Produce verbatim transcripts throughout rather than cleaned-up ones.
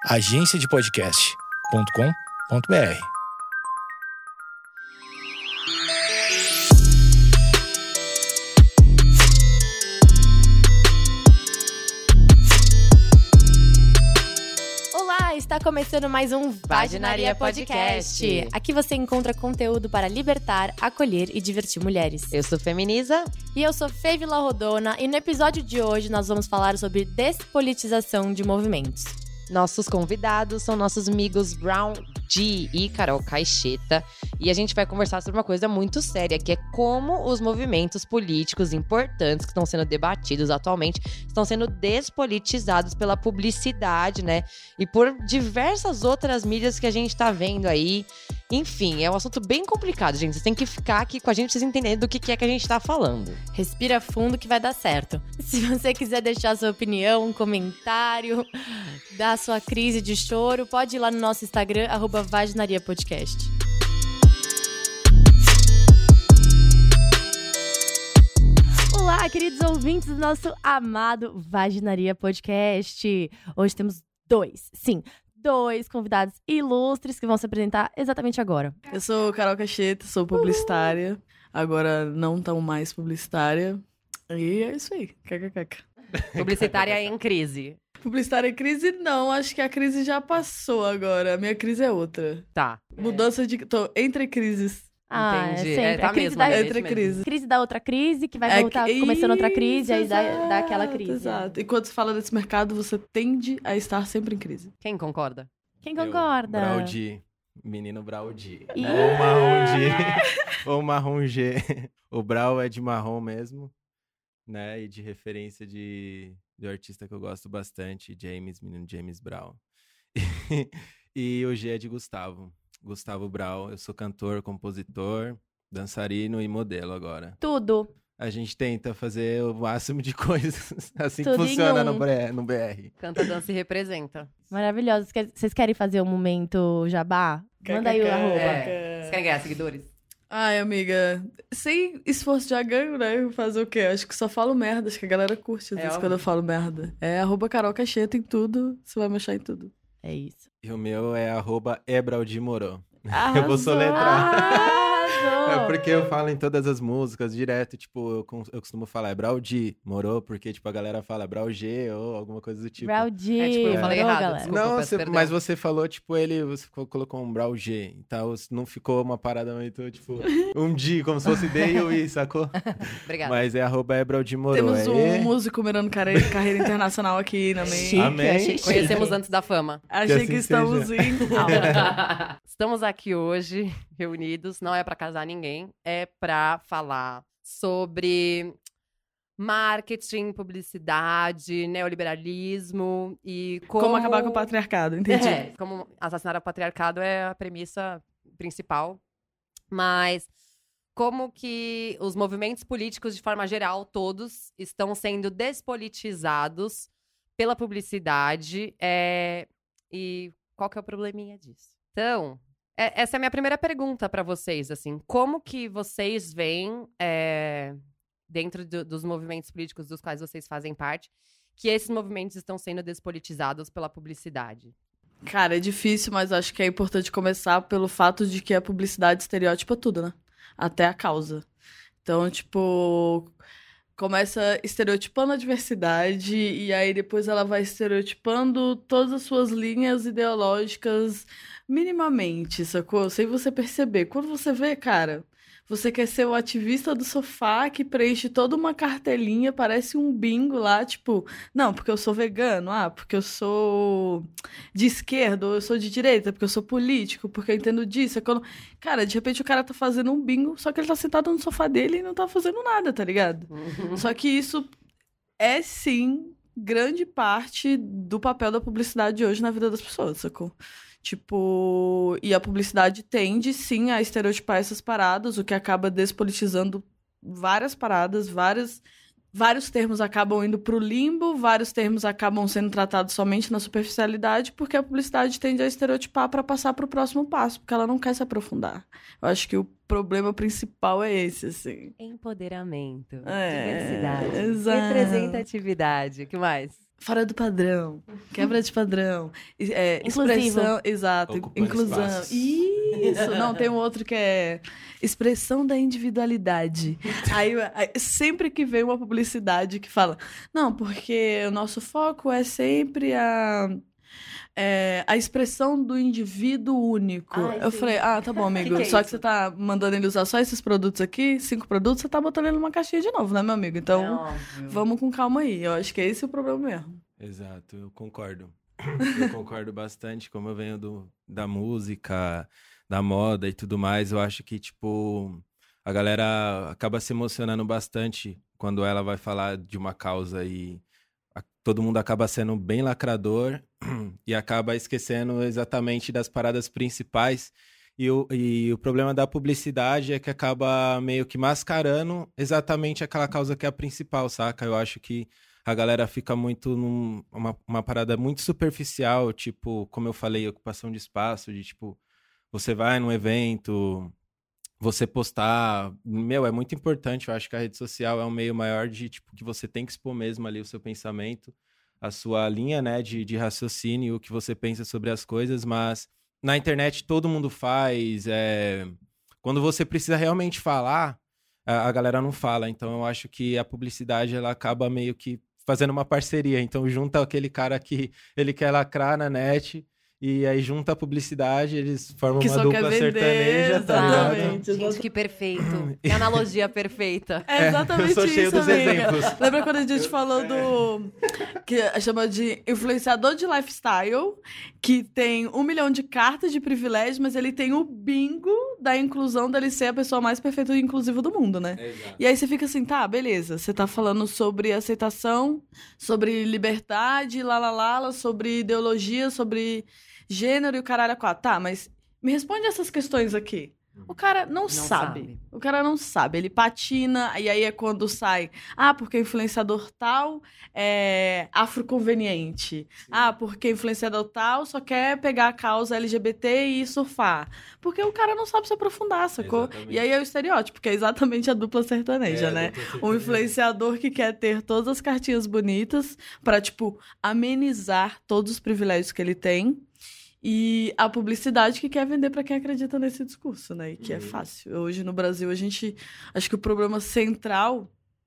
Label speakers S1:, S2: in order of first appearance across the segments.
S1: agência de podcast ponto com ponto b r.
S2: Olá, está começando mais um Vaginaria Podcast. Aqui você encontra conteúdo para libertar, acolher e divertir mulheres.
S3: Eu sou Feminiza.
S2: E eu sou Fê Vilarrodona, e no episódio de hoje nós vamos falar sobre despolitização de movimentos.
S3: Nossos convidados são nossos amigos Brown G e Carol Caixeta. E a gente vai conversar sobre uma coisa muito séria, que é como os movimentos políticos importantes que estão sendo debatidos atualmente estão sendo despolitizados pela publicidade, né? E por diversas outras mídias que a gente tá vendo aí. Enfim, é um assunto bem complicado, gente. Vocês têm que ficar aqui com a gente pra vocês entenderem do que, que é que a gente tá falando.
S2: Respira fundo que vai dar certo. Se você quiser deixar sua opinião, um comentário, dar sua crise de choro, pode ir lá no nosso Instagram, arroba Vaginaria Podcast. Olá, queridos ouvintes do nosso amado Vaginaria Podcast. Hoje temos dois, sim, dois convidados ilustres que vão se apresentar exatamente agora.
S4: Eu sou Carol Caixeta, sou publicitária. Uhum. Agora não tão mais publicitária. E é isso aí. Cacacaca.
S3: Publicitária em crise.
S4: Publicitária em crise, não. Acho que a crise já passou agora. A minha crise é outra.
S3: Tá.
S4: Mudança de... Tô entre crises.
S2: Ah,
S3: entendi.
S2: É sempre.
S3: É, tá
S2: a crise
S3: mesmo,
S2: da...
S3: é
S4: Entre crises.
S2: Crise da outra crise, que vai voltar
S4: é que...
S2: começando outra crise, aí
S4: exato,
S2: dá, dá aquela crise.
S4: Exato. E quando se fala desse mercado, você tende a estar sempre em crise.
S3: Quem concorda?
S2: Quem concorda?
S5: Eu, Braudi. Menino Braudi.
S2: Ih.
S5: Ou marrom G. Ou marrom G. O Brau é de marrom mesmo, né? E de referência de, de um artista que eu gosto bastante, James, menino James Brown. E, e o G é de Gustavo. Gustavo Brau. Eu sou cantor, compositor, dançarino e modelo agora.
S2: Tudo.
S5: A gente tenta fazer o máximo de coisas assim
S2: Tudo
S5: que funciona no,
S2: um.
S5: no B R.
S3: Canta, dança e representa.
S2: Maravilhoso. Vocês querem fazer um momento jabá? Manda aí o arroba.
S3: É. Vocês querem ganhar seguidores?
S4: Ai, amiga, sem esforço já ganho, né? Fazer o quê? Acho que só falo merda, acho que a galera curte às
S3: É
S4: vezes
S3: óbvio.
S4: quando eu falo merda. É arroba Carol Caixeta em tudo, você vai me achar em tudo.
S2: É isso.
S5: E o meu é arroba Ebraudimorô.
S4: Arrasou!
S5: Eu vou soletrar.
S2: Arrasou!
S5: É porque eu falo em todas as músicas direto, tipo, eu, com- eu costumo falar é Braudi, morou, porque, tipo, a galera fala Brauge ou alguma coisa do tipo.
S2: Braudi.
S3: É, tipo, eu falei
S2: Morou,
S3: errado,
S2: galera.
S3: desculpa.
S5: Não,
S3: peço
S5: você-
S3: perdão.
S5: mas você falou, tipo, ele, você co- colocou um Brauge, então não ficou uma parada muito, tipo, um D, como se fosse D e o I, sacou?
S3: Obrigada.
S5: Mas é arroba Ebraudimorô.
S4: Temos um
S5: é...
S4: músico mirando carreira, carreira internacional aqui na
S2: Chique,
S4: mente.
S5: Amém.
S2: achei chique.
S3: Conhecemos antes da fama.
S4: Achei
S5: Que
S4: que,
S5: assim
S4: estamos
S5: seja.
S4: em alta.
S3: Estamos aqui hoje, reunidos, não é pra casar ninguém, é pra falar sobre marketing, publicidade, neoliberalismo e como...
S4: Como acabar com o patriarcado, entendi.
S3: É, como assassinar o patriarcado é a premissa principal, mas como que os movimentos políticos, de forma geral, todos, estão sendo despolitizados pela publicidade, é, e qual que é o probleminha disso? Então, é- essa é a minha primeira pergunta pra vocês, assim, como que vocês veem, é, dentro do- dos movimentos políticos dos quais vocês fazem parte, que esses movimentos estão sendo despolitizados pela publicidade?
S4: Cara, é difícil, mas acho que é importante começar pelo fato de que a publicidade estereotipa tudo, né? Até a causa. Então, tipo, começa estereotipando a diversidade e aí depois ela vai estereotipando todas as suas linhas ideológicas minimamente, sacou? Sem você perceber. Quando você vê, cara, você quer ser o ativista do sofá que preenche toda uma cartelinha, parece um bingo lá, tipo, não, porque eu sou vegano, ah, porque eu sou de esquerda, ou eu sou de direita, porque eu sou político, porque eu entendo disso. É quando... Cara, de repente o cara tá fazendo um bingo, só que ele tá sentado no sofá dele e não tá fazendo nada, tá ligado? Só que isso é, sim, grande parte do papel da publicidade hoje na vida das pessoas, sacou? Tipo, e a publicidade tende, sim, a estereotipar essas paradas, o que acaba despolitizando várias paradas, várias, vários termos acabam indo pro limbo, vários termos acabam sendo tratados somente na superficialidade, porque a publicidade tende a estereotipar para passar pro próximo passo, porque ela não quer se aprofundar. Eu acho que o problema principal é esse, assim.
S3: Empoderamento,
S4: É,
S3: diversidade,
S4: exato.
S3: representatividade, o que mais?
S4: fora do padrão, quebra de padrão, é,
S2: Inclusivo.
S4: expressão, exato,
S5: Ocupando
S4: inclusão.
S5: espaços.
S4: Isso, não, tem um outro que é expressão da individualidade. Aí, aí, sempre que vem uma publicidade que fala, não, porque o nosso foco é sempre a... É, a expressão do indivíduo único.
S2: Ai,
S4: eu
S2: sim.
S4: falei, ah, tá bom, amigo.
S3: Que que é
S4: só
S3: isso?
S4: que você tá mandando ele usar só esses produtos aqui, cinco produtos, você tá botando ele numa caixinha de novo, né, meu amigo? Então, vamos com calma aí. Eu acho que é esse o problema mesmo.
S5: Exato, eu concordo. Eu concordo bastante, como eu venho do, da música, da moda e tudo mais, eu acho que, tipo, a galera acaba se emocionando bastante quando ela vai falar de uma causa e a- todo mundo acaba sendo bem lacrador e acaba esquecendo exatamente das paradas principais. E o, e o problema da publicidade é que acaba meio que mascarando exatamente aquela causa que é a principal, saca? Eu acho que a galera fica muito numa uma, uma parada muito superficial, tipo, como eu falei, ocupação de espaço, de tipo, você vai num evento, você postar. Meu, é muito importante, eu acho que a rede social é um meio maior de, tipo, que você tem que expor mesmo ali o seu pensamento, a sua linha, né, de, de raciocínio, o que você pensa sobre as coisas, mas na internet todo mundo faz, é... quando você precisa realmente falar, a, a galera não fala, então eu acho que a publicidade, ela acaba meio que fazendo uma parceria, então junta aquele cara que ele quer lacrar na net, e aí junta a publicidade, eles formam
S4: Que
S5: uma
S4: só
S5: dupla
S4: quer vender,
S5: sertaneja, tá ligado?
S4: exatamente.
S3: Gente, que perfeito. Que analogia perfeita.
S4: É exatamente
S5: eu sou cheio
S4: isso,
S5: dos
S4: amiga.
S5: exemplos.
S4: Lembra quando a gente falou do... que chama de influenciador de lifestyle, que tem um milhão de cartas de privilégio, mas ele tem o bingo da inclusão dele ser a pessoa mais perfeita e inclusiva do mundo, né?
S5: Exato.
S4: E aí você fica assim, tá, beleza. Você tá falando sobre aceitação, sobre liberdade, lá, lá, lá, lá, sobre ideologia, sobre gênero e o caralho a quatro. Tá, mas me responde essas questões aqui. O cara não, sabe.
S3: sabe.
S4: O cara não sabe. Ele patina, e aí é quando sai. Ah, porque influenciador tal é afroconveniente. Ah, porque influenciador tal só quer pegar a causa L G B T e surfar. Porque o cara não sabe se aprofundar, sacou?
S5: Exatamente.
S4: E aí é o estereótipo, que é exatamente a dupla sertaneja,
S5: É,
S4: né?
S5: dupla
S4: Um
S5: sertaneja.
S4: influenciador que quer ter todas as cartinhas bonitas pra, tipo, amenizar todos os privilégios que ele tem. E a publicidade que quer vender pra quem acredita nesse discurso, né? E que é
S5: Uhum.
S4: fácil. Hoje no Brasil, a gente... Acho que o problema central,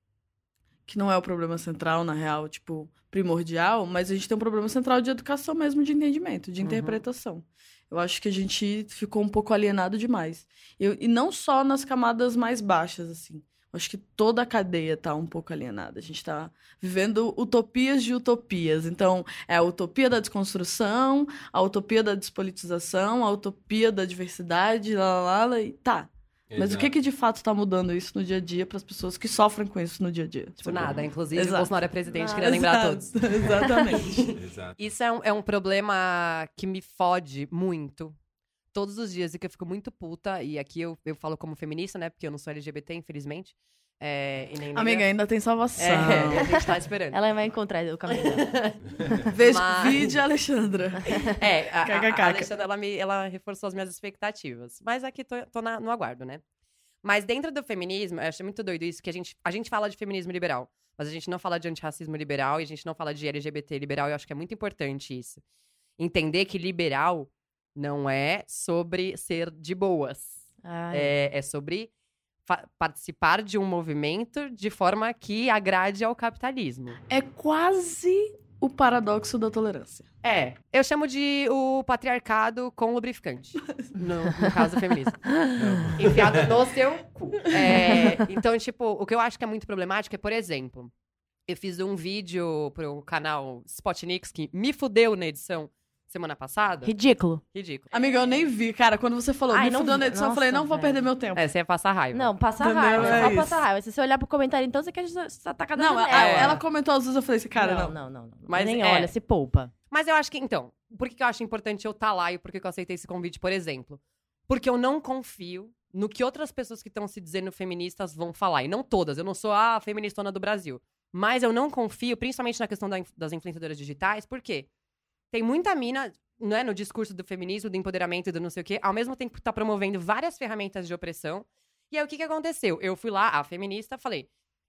S4: que não é o problema central, na real, tipo, primordial, mas a gente tem um problema central de educação mesmo, de entendimento, de
S3: Uhum.
S4: interpretação. Eu acho que a gente ficou um pouco alienado demais. Eu- e não só nas camadas mais baixas, assim. Eu acho que toda a cadeia tá um pouco alienada. A gente tá vivendo utopias de utopias. Então, é a utopia da desconstrução, a utopia da despolitização, a utopia da diversidade, lá, lá, lá, e tá. Mas o que que de fato tá mudando isso no dia a dia para as pessoas que sofrem com isso no dia a dia?
S3: Tipo, nada. Inclusive,
S4: Exato.
S3: o Bolsonaro é presidente,
S2: Nada.
S3: queria lembrar a todos.
S4: Exato, exatamente.
S5: Exato.
S3: Isso é um, é um problema que me fode muito. Todos os dias, e que eu fico muito puta. E aqui eu, eu falo como feminista, né? Porque eu não sou L G B T, infelizmente. É, e nem negra.
S4: Amiga, ainda tem salvação.
S3: É, a gente tá esperando.
S2: Ela vai encontrar o caminho dela.
S4: Veja,
S3: Mas-
S4: vídeo, Alexandra.
S3: É, a, a,
S4: Kkk.
S3: a Alexandra, ela, me, ela reforçou as minhas expectativas. Mas aqui tô, tô na- no aguardo, né? Mas dentro do feminismo, eu acho muito doido isso, que a gente, a gente fala de feminismo liberal, mas a gente não fala de antirracismo liberal e a gente não fala de L G B T liberal, e eu acho que é muito importante isso. Entender que liberal não é sobre ser de boas.
S2: Ai.
S3: É, é sobre fa- participar de um movimento de forma que agrade ao capitalismo.
S4: É quase o paradoxo da tolerância.
S3: É, eu chamo de o patriarcado com lubrificante, no, no caso do feminismo. Enfiado no seu cu. É, então, tipo, o que eu acho que é muito problemático é, por exemplo, eu fiz um vídeo pro canal Spotnix que me fudeu na edição semana passada.
S2: Ridículo.
S3: Ridículo.
S4: Amiga, eu nem vi. Cara, quando você falou,
S2: Ai,
S4: me
S2: não
S4: fudeu na
S2: vi.
S4: edição, eu falei,
S2: Nossa,
S4: não vou
S2: velho.
S4: perder meu tempo.
S3: É, você ia passar raiva.
S2: Não, passa
S4: Entendeu?
S2: raiva.
S4: É
S2: Só
S4: isso.
S2: passa raiva. Se você olhar pro comentário, então você quer se atacar da
S4: Não, a-
S2: janela.
S4: ela comentou às vezes, eu falei assim, cara, não.
S2: não, não, não, não.
S3: Mas
S2: nem
S3: é.
S2: olha, se poupa.
S3: Mas eu acho que, então, por que que eu acho importante eu estar lá e por que que eu aceitei esse convite, por exemplo? Porque eu não confio no que outras pessoas que estão se dizendo feministas vão falar. E não todas. Eu não sou a feministona do Brasil. Mas eu não confio, principalmente na questão da inf- das influenciadoras digitais, porque tem muita mina, não é, no discurso do feminismo, do empoderamento e do não sei o quê, ao mesmo tempo que tá promovendo várias ferramentas de opressão. E aí, o que que aconteceu? Eu fui lá, a feminista, falei,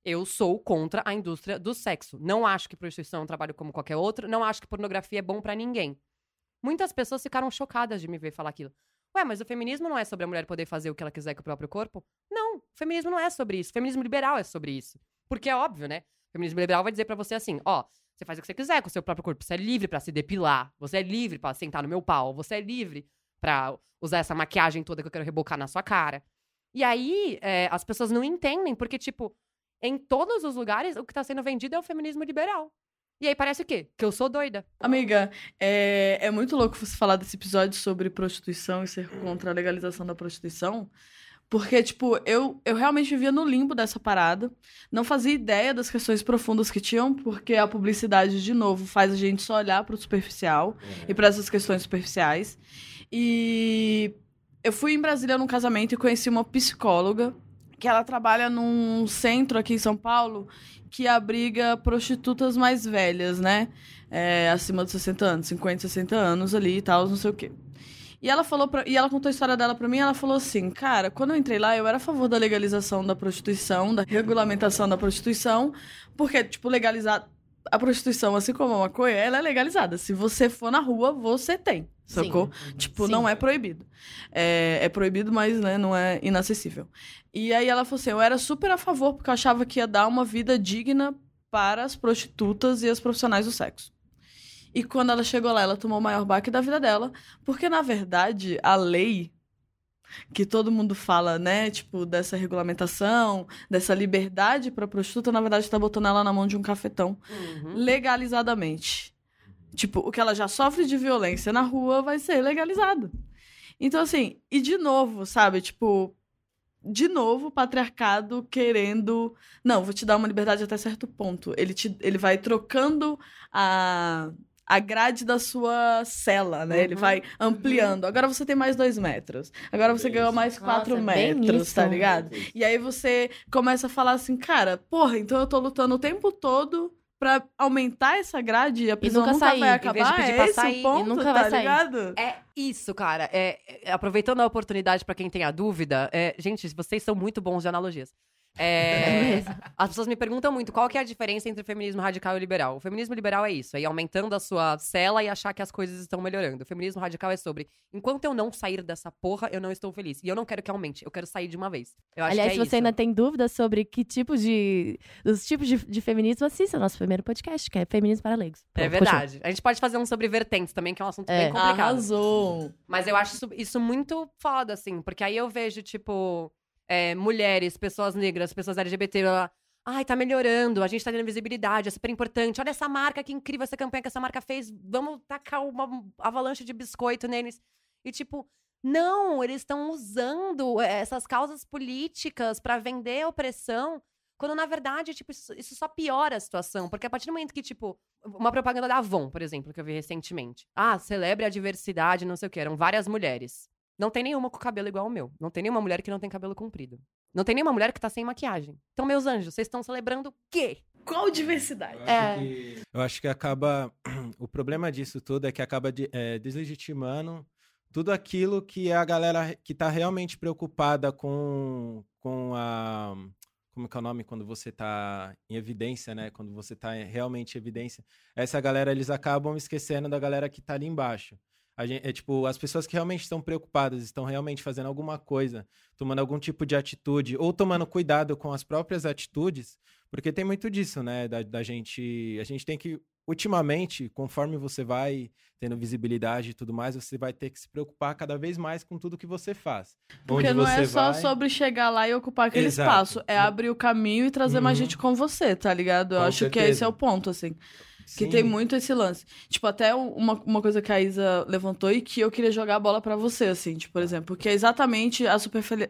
S3: Eu sou contra a indústria do sexo. Não acho que prostituição é um trabalho como qualquer outro. Não acho que pornografia é bom pra ninguém. Muitas pessoas ficaram chocadas de me ver falar aquilo. Ué, mas o feminismo não é sobre a mulher poder fazer o que ela quiser com o próprio corpo? Não, o feminismo não é sobre isso. O feminismo liberal é sobre isso. Porque é óbvio, né? O feminismo liberal vai dizer pra você assim, ó, você faz o que você quiser com o seu próprio corpo. Você é livre pra se depilar. Você é livre pra sentar no meu pau. Você é livre pra usar essa maquiagem toda que eu quero rebocar na sua cara. E aí, é, as pessoas não entendem, porque, tipo, em todos os lugares, o que tá sendo vendido é o feminismo liberal. E aí parece o quê? Que eu sou doida.
S4: Amiga, é, é muito louco você falar desse episódio sobre prostituição e ser contra a legalização da prostituição. Porque, tipo, eu, eu realmente vivia no limbo dessa parada. Não fazia ideia das questões profundas que tinham, porque a publicidade, de novo, faz a gente só olhar pro superficial é. e para essas questões superficiais. E eu fui em Brasília num casamento e conheci uma psicóloga que ela trabalha num centro aqui em São Paulo que abriga prostitutas mais velhas, né? É, acima dos sessenta anos, cinquenta, sessenta anos ali e tal, não sei o quê. E ela falou pra, e ela contou a história dela pra mim, ela falou assim, cara, quando eu entrei lá, eu era a favor da legalização da prostituição, da regulamentação da prostituição, porque, tipo, legalizar a prostituição, assim como a maconha, ela é legalizada. Se você for na rua, você tem, sacou? Sim. Tipo, Sim. não é proibido. É, é proibido, mas, né, não é inacessível. E aí ela falou assim, eu era super a favor, porque eu achava que ia dar uma vida digna para as prostitutas e as profissionais do sexo. E quando ela chegou lá, ela tomou o maior baque da vida dela, porque, na verdade, a lei que todo mundo fala, né, tipo, dessa regulamentação, dessa liberdade pra prostituta, na verdade, tá botando ela na mão de um cafetão, uhum. legalizadamente. Tipo, o que ela já sofre de violência na rua vai ser legalizado. Então, assim, e de novo, sabe, tipo, de novo, o patriarcado querendo... Não, vou te dar uma liberdade até certo ponto. Ele, te, ele vai trocando a... a grade da sua cela, né? Uhum. Ele vai ampliando. Agora você tem mais dois metros. Agora você ganhou mais quatro Nossa, metros, tá ligado? E aí você começa a falar assim, cara, porra, então eu tô lutando o tempo todo pra aumentar essa grade e a prisão nunca, nunca vai acabar? É esse sair, o ponto, nunca tá vai sair. Ligado?
S3: É isso, cara. É, é, aproveitando a oportunidade pra quem tem a dúvida, é, gente, vocês são muito bons de analogias. É, as pessoas me perguntam muito qual que é a diferença entre o feminismo radical e o liberal. O feminismo liberal é isso, é ir aumentando a sua cela e achar que as coisas estão melhorando. O feminismo radical é sobre, enquanto eu não sair dessa porra, eu não estou feliz. E eu não quero que aumente, eu quero sair de uma vez. Eu acho
S2: Aliás,
S3: que
S2: se
S3: é
S2: você
S3: isso.
S2: ainda tem dúvidas sobre que tipo de... os tipos de, de feminismo, assista o nosso primeiro podcast, que é Feminismo para Leigos.
S3: Pronto, é verdade. Continua. A gente pode fazer um sobre vertentes também, que é um assunto é. bem complicado.
S4: Arrasou!
S3: Mas eu acho isso, isso muito foda, assim, porque aí eu vejo, tipo... É, mulheres, pessoas negras, pessoas L G B T, ela, ai, tá melhorando, a gente tá tendo visibilidade, é super importante. Olha essa marca, que incrível essa campanha que essa marca fez, vamos tacar uma avalanche de biscoito neles. E tipo, não, eles estão usando essas causas políticas pra vender a opressão, quando na verdade, tipo, isso, isso só piora a situação. Porque a partir do momento que, tipo, uma propaganda da Avon, por exemplo, que eu vi recentemente. Ah, celebre a diversidade, não sei o que, eram várias mulheres. Não tem nenhuma com cabelo igual ao meu. Não tem nenhuma mulher que não tem cabelo comprido. Não tem nenhuma mulher que tá sem maquiagem. Então, meus anjos, vocês estão celebrando o quê?
S4: Qual diversidade?
S5: Eu acho, é... que, eu acho que acaba... O problema disso tudo é que acaba de, é, deslegitimando tudo aquilo que a galera que tá realmente preocupada com, com a... Como que é o nome? Quando você tá em evidência, né? Quando você tá realmente em evidência. Essa galera, eles acabam esquecendo da galera que tá ali embaixo. A gente, é, tipo, as pessoas que realmente estão preocupadas, estão realmente fazendo alguma coisa, tomando algum tipo de atitude, ou tomando cuidado com as próprias atitudes, porque tem muito disso, né, da, da gente, a gente tem que, ultimamente, conforme você vai tendo visibilidade e tudo mais, você vai ter que se preocupar cada vez mais com tudo que você faz.
S4: Porque
S5: Onde
S4: não
S5: você
S4: é só
S5: vai...
S4: sobre chegar lá e ocupar aquele
S5: Exato.
S4: espaço, é abrir o caminho e trazer uhum. mais gente com você, tá ligado? Eu
S5: com
S4: acho
S5: certeza.
S4: que esse é o ponto, assim. Que Sim. tem muito esse lance. Tipo, até uma, uma coisa que a Isa levantou e que eu queria jogar a bola pra você, assim, tipo, por exemplo, que é exatamente a superfi-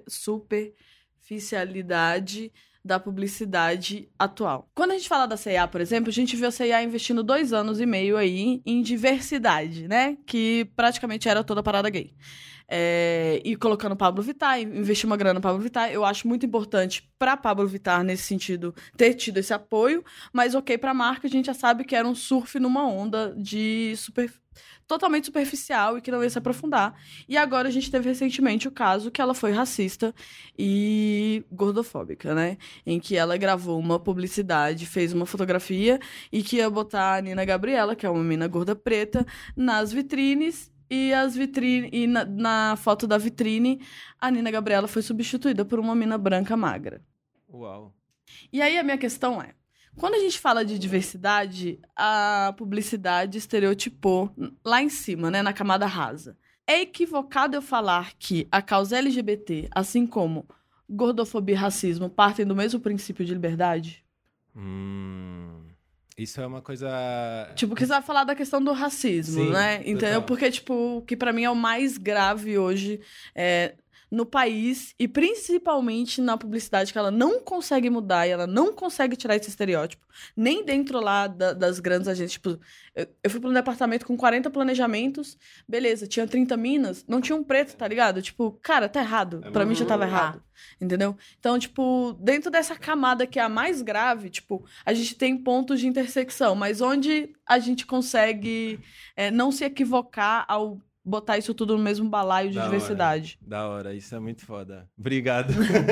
S4: superficialidade da publicidade atual. Quando a gente fala da C e A, por exemplo, a gente viu a C e A investindo dois anos e meio aí em diversidade, né? Que praticamente era toda a parada gay. É, e colocando Pablo Vittar, investir uma grana no Pablo Vittar, eu acho muito importante pra Pablo Vittar, nesse sentido, ter tido esse apoio, mas ok, pra marca, a gente já sabe que era um surf numa onda de super, totalmente superficial e que não ia se aprofundar. E agora a gente teve recentemente o caso que ela foi racista e gordofóbica, né? Em que ela gravou uma publicidade, fez uma fotografia e que ia botar a Nina Gabriela, que é uma mina gorda preta, nas vitrines. E, as vitrine, e na, na foto da vitrine, a Nina Gabriela foi substituída por uma mina branca magra.
S5: Uau.
S4: E aí a minha questão é, quando a gente fala de diversidade, a publicidade estereotipou lá em cima, né, na camada rasa. É equivocado eu falar que a causa L G B T, assim como gordofobia e racismo, partem do mesmo princípio de liberdade?
S5: Hum, isso é uma coisa...
S4: Tipo, que você vai falar da questão do racismo,
S5: Sim,
S4: né? Entendeu?
S5: total.
S4: Porque, tipo, o que pra mim é o mais grave hoje é... no país e principalmente na publicidade, que ela não consegue mudar e ela não consegue tirar esse estereótipo, nem dentro lá da, das grandes agências. Tipo, eu, eu fui para um departamento com quarenta planejamentos, beleza, tinha trinta minas, não tinha um preto, tá ligado? Tipo, cara, tá errado.
S5: É
S4: Pra mim já tava
S2: muito-
S4: errado, entendeu? Então, tipo, dentro dessa camada que é a mais grave, tipo, a gente tem pontos de intersecção, mas onde a gente consegue é, não se equivocar ao botar isso tudo no mesmo balaio de
S5: Da hora.
S4: diversidade.
S5: Da hora, isso é muito foda. Obrigado.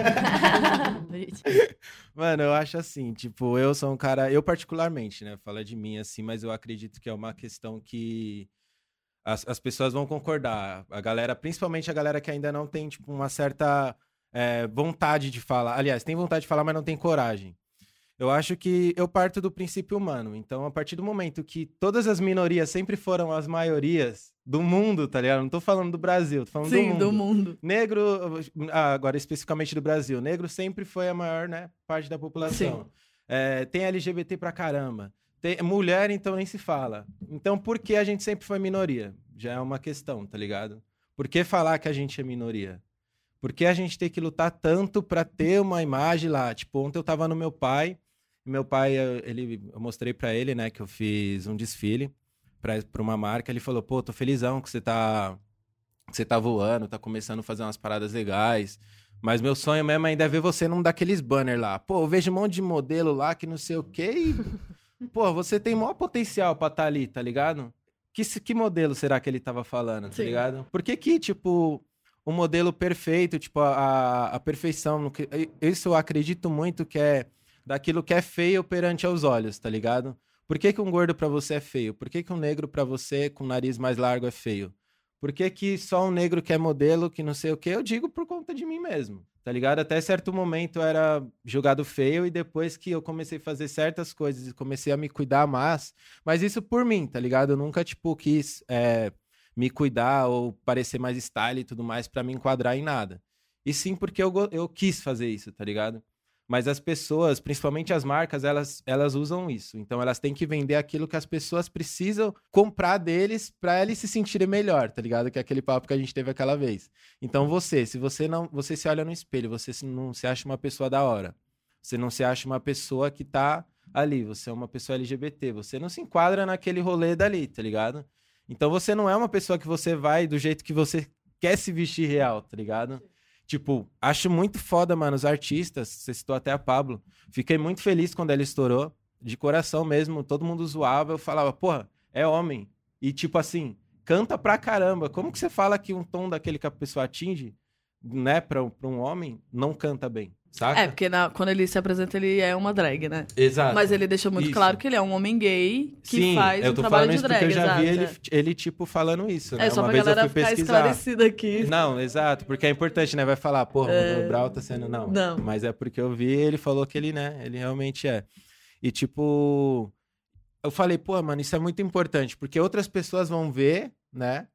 S5: Mano, eu acho assim, tipo, eu sou um cara, eu particularmente, né, fala de mim assim, mas eu acredito que é uma questão que as, as pessoas vão concordar. A galera, principalmente a galera que ainda não tem, tipo, uma certa é, vontade de falar. Aliás, tem vontade de falar, mas não tem coragem. Eu acho que eu parto do princípio humano. Então, a partir do momento que todas as minorias sempre foram as maiorias do mundo, tá ligado? Não tô falando do Brasil, tô falando do
S4: Sim,
S5: mundo.
S4: do mundo.
S5: Negro, ah, agora especificamente do Brasil, negro sempre foi a maior, né, parte da população. É, tem L G B T pra caramba. Tem mulher, então nem se fala. Então por que a gente sempre foi minoria? Já é uma questão, tá ligado? Por que falar que a gente é minoria? Por que a gente tem que lutar tanto pra ter uma imagem lá? Tipo, ontem eu tava no meu pai, e meu pai, ele, eu mostrei pra ele, né, que eu fiz um desfile pra, pra uma marca, ele falou, pô, tô felizão que você tá... que você tá voando, tá começando a fazer umas paradas legais. Mas meu sonho mesmo ainda é ver você num daqueles banners lá. Pô, eu vejo um monte de modelo lá que não sei o quê e... Pô, você tem maior potencial pra estar ali, tá ligado? Que, que modelo será que ele tava falando, tá
S4: Sim.
S5: ligado? Por que que, tipo, o modelo perfeito, tipo, a, a perfeição... No que, isso eu acredito muito que é daquilo que é feio perante aos olhos, tá ligado? Por que que um gordo pra você é feio? Por que que um negro pra você com o nariz mais largo é feio? Por que que só um negro que é modelo, que não sei o quê? Eu digo por conta de mim mesmo, tá ligado? Até certo momento eu era julgado feio e depois que eu comecei a fazer certas coisas e comecei a me cuidar mais, mas isso por mim, tá ligado? Eu nunca, tipo, quis é, me cuidar ou parecer mais style e tudo mais pra me enquadrar em nada. E sim porque eu, go- eu quis fazer isso, tá ligado? Mas as pessoas, principalmente as marcas, elas, elas usam isso. Então elas têm que vender aquilo que as pessoas precisam comprar deles pra eles se sentirem melhor, tá ligado? Que é aquele papo que a gente teve aquela vez. Então você, se você não, você se olha no espelho, você se- não se acha uma pessoa da hora. Você não se acha uma pessoa que tá ali, você é uma pessoa L G B T, você não se enquadra naquele rolê dali, tá ligado? Então você não é uma pessoa que você vai do jeito que você quer se vestir real, tá ligado? Tipo, acho muito foda, mano, os artistas, você citou até a Pablo. Fiquei muito feliz quando ela estourou, de coração mesmo, todo mundo zoava, eu falava, porra, é homem. E tipo assim, canta pra caramba. Como que você fala que um tom daquele que a pessoa atinge, né, pra, pra um homem, não canta bem, saca?
S4: É, porque na- quando ele se apresenta, ele é uma drag, né?
S5: Exato.
S4: Mas ele deixa muito
S5: Isso.
S4: claro que ele é um homem gay que
S5: Sim,
S4: faz
S5: eu
S4: um
S5: tô
S4: trabalho
S5: falando
S4: de
S5: isso
S4: drag.
S5: porque eu já vi
S4: exato,
S5: ele, ele, tipo, falando isso,
S4: é.
S5: né?
S4: É, só
S5: Uma
S4: pra
S5: vez eu
S4: galera
S5: fui
S4: ficar
S5: pesquisar.
S4: esclarecida aqui.
S5: Não, exato, porque é importante, né? Vai falar, porra, o Brau tá sendo... Não,
S4: Não.
S5: mas é porque eu vi ele falou que ele, né, ele realmente é. E, tipo, eu falei, pô, mano, isso é muito importante, porque outras pessoas vão ver, né,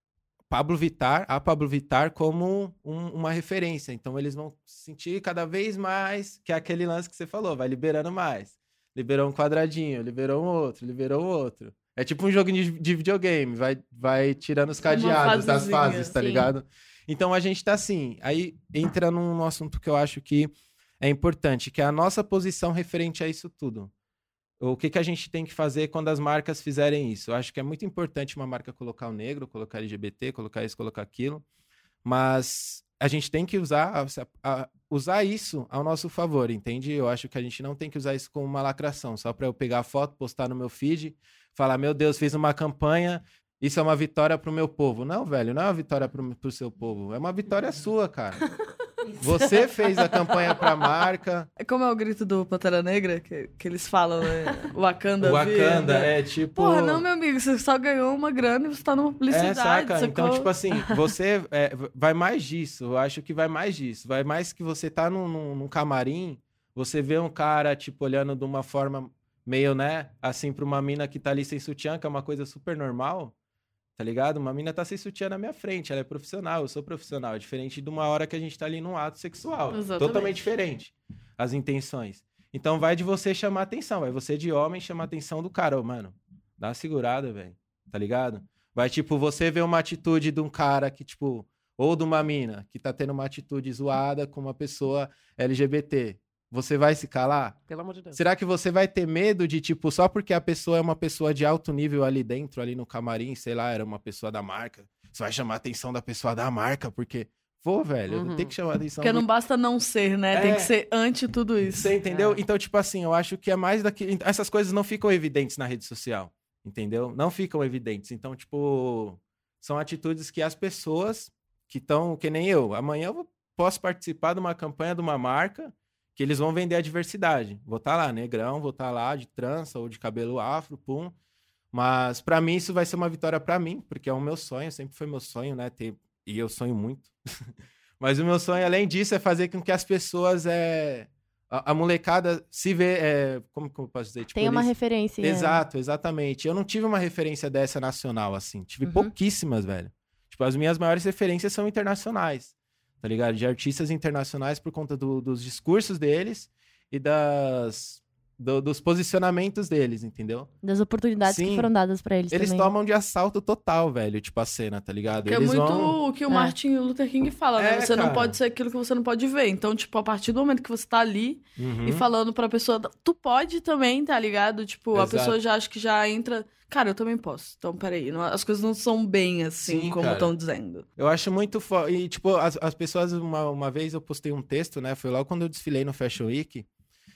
S5: Pablo Vittar, a Pablo Vittar como um- uma referência. Então, eles vão sentir cada vez mais que é aquele lance que você falou, vai liberando mais. Liberou um quadradinho, liberou um outro, liberou um outro. É tipo um jogo de, de videogame, vai, vai tirando os cadeados das
S4: fasezinha,
S5: fases, tá
S2: sim.
S5: ligado? Então a gente tá assim, aí entra num assunto que eu acho que é importante, que é a nossa posição referente a isso tudo. O que, que a gente tem que fazer quando as marcas fizerem isso? Eu acho que é muito importante uma marca colocar o negro, colocar L G B T, colocar isso, colocar aquilo, mas a gente tem que usar, a- a- usar isso ao nosso favor, entende? Eu acho que a gente não tem que usar isso como uma lacração, só para eu pegar a foto, postar no meu feed, falar, meu Deus, fiz uma campanha isso é uma vitória pro meu povo. Não, velho, não é uma vitória pro, pro seu povo. É uma vitória sua, cara. Você fez a campanha pra marca.
S4: Como é o grito do Pantera Negra, que, que eles falam, né? Wakanda,
S5: Wakanda,
S4: vida.
S5: é tipo...
S4: Porra, não, meu amigo, você só ganhou uma grana e você tá numa publicidade.
S5: É, saca?
S4: Sacou?
S5: Então, tipo assim, você é, vai mais disso. Eu acho que vai mais disso. Vai mais que você tá num, num, num camarim, você vê um cara, tipo, olhando de uma forma meio, né? Assim, pra uma mina que tá ali sem sutiã, que é uma coisa super normal. Tá ligado? Uma mina tá sem sutiã na minha frente, ela é profissional, eu sou profissional. É diferente de uma hora que a gente tá ali num ato sexual.
S4: Exatamente.
S5: Totalmente diferente as intenções. Então vai de você chamar atenção, vai você de homem chamar atenção do cara. Ô, mano, dá uma segurada, velho. Tá ligado? Vai, tipo, você ver uma atitude de um cara que, tipo, ou de uma mina que tá tendo uma atitude zoada com uma pessoa L G B T. Você vai se calar?
S3: Pelo amor de Deus.
S5: Será que você vai ter medo de, tipo, só porque a pessoa é uma pessoa de alto nível ali dentro, ali no camarim, sei lá, era uma pessoa da marca, você vai chamar a atenção da pessoa da marca, porque, pô, velho, eu
S3: Uhum.
S5: vou ter que chamar a atenção.
S4: Porque
S5: do...
S4: não basta não ser, né?
S5: É.
S4: Tem que ser ante tudo isso.
S5: Você entendeu?
S3: É.
S5: Então, tipo assim, eu acho que é mais daquilo. Essas coisas não ficam evidentes na rede social, entendeu? Não ficam evidentes. Então, tipo, são atitudes que as pessoas que estão, que nem eu, amanhã eu vou- posso participar de uma campanha de uma marca que eles vão vender a diversidade. Vou estar lá, negrão, vou estar lá de trança ou de cabelo afro, pum. Mas pra mim isso vai ser uma vitória pra mim, porque é o meu sonho, sempre foi meu sonho, né? Ter... E eu sonho muito. Mas o meu sonho, além disso, é fazer com que as pessoas, é... a, a molecada se vê, é... como que eu posso dizer? Tipo,
S2: Tem uma
S5: eles-
S2: referência. né?
S5: Exato, exatamente. Eu não tive uma referência dessa nacional, assim. Tive
S2: Uhum.
S5: pouquíssimas, velho. Tipo, as minhas maiores referências são internacionais, tá ligado? De artistas internacionais por conta do- dos discursos deles e das, do- dos posicionamentos deles, entendeu?
S2: Das oportunidades que
S5: Sim.
S2: foram dadas pra eles,
S5: Eles
S2: também.
S5: tomam de assalto total, velho, tipo, a cena, tá ligado?
S4: Que é
S5: Eles
S4: muito
S5: vão...
S4: o que o
S2: É.
S4: Martin Luther King fala, né?
S5: É,
S4: Você não
S5: cara.
S4: pode ser aquilo que você não pode ver. Então, tipo, a partir do momento que você tá ali
S5: Uhum.
S4: e falando pra pessoa, tu pode também, tá ligado? Tipo, a
S5: Exato.
S4: pessoa já acha que já entra. Cara, eu também posso. Então, peraí. Não, as coisas não são bem assim
S5: Sim,
S4: como
S5: cara.
S4: estão dizendo.
S5: Eu acho muito foda. E, tipo, as, as pessoas, uma, uma vez eu postei um texto, né? Foi logo quando eu desfilei no Fashion Week.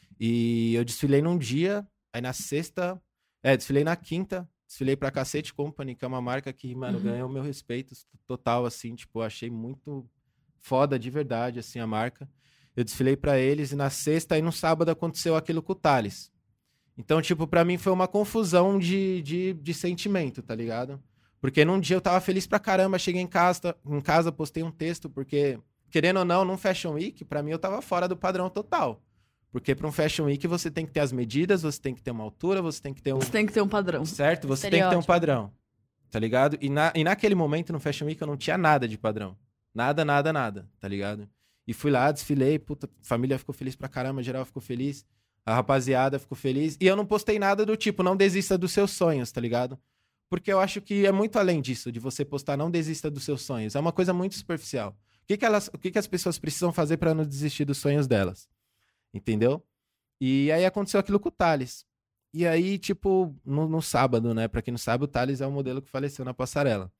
S5: E eu desfilei num dia, aí na sexta. É, desfilei na quinta. Desfilei pra Cacete Company, que é uma marca que, mano,
S4: Uhum.
S5: ganhou meu respeito total, assim. Tipo, eu achei muito foda de verdade, assim, a marca. Eu desfilei pra eles e na sexta, aí no sábado aconteceu aquilo com o Thales. Então, tipo, pra mim foi uma confusão de, de, de sentimento, tá ligado? Porque num dia eu tava feliz pra caramba, cheguei em casa, em casa, postei um texto, porque, querendo ou não, num Fashion Week, pra mim eu tava fora do padrão total. Porque pra um Fashion Week você tem que ter as medidas, você tem que ter uma altura, você tem que ter um...
S4: Você tem que ter um padrão.
S5: Certo? Você tem que ter um
S2: Estereótipo.
S5: padrão, tá ligado? E, na, e naquele momento, no Fashion Week, eu não tinha nada de padrão. Nada, nada, nada, tá ligado? E fui lá, desfilei, puta, a família ficou feliz pra caramba, geral ficou feliz, a rapaziada ficou feliz. E eu não postei nada do tipo, não desista dos seus sonhos, tá ligado? Porque eu acho que é muito além disso, de você postar não desista dos seus sonhos. É uma coisa muito superficial. O que, que, elas, o que, que as pessoas precisam fazer pra não desistir dos sonhos delas? Entendeu? E aí aconteceu aquilo com o Thales. E aí, tipo, no, no sábado, né? Pra quem não sabe, o Thales é o modelo que faleceu na passarela.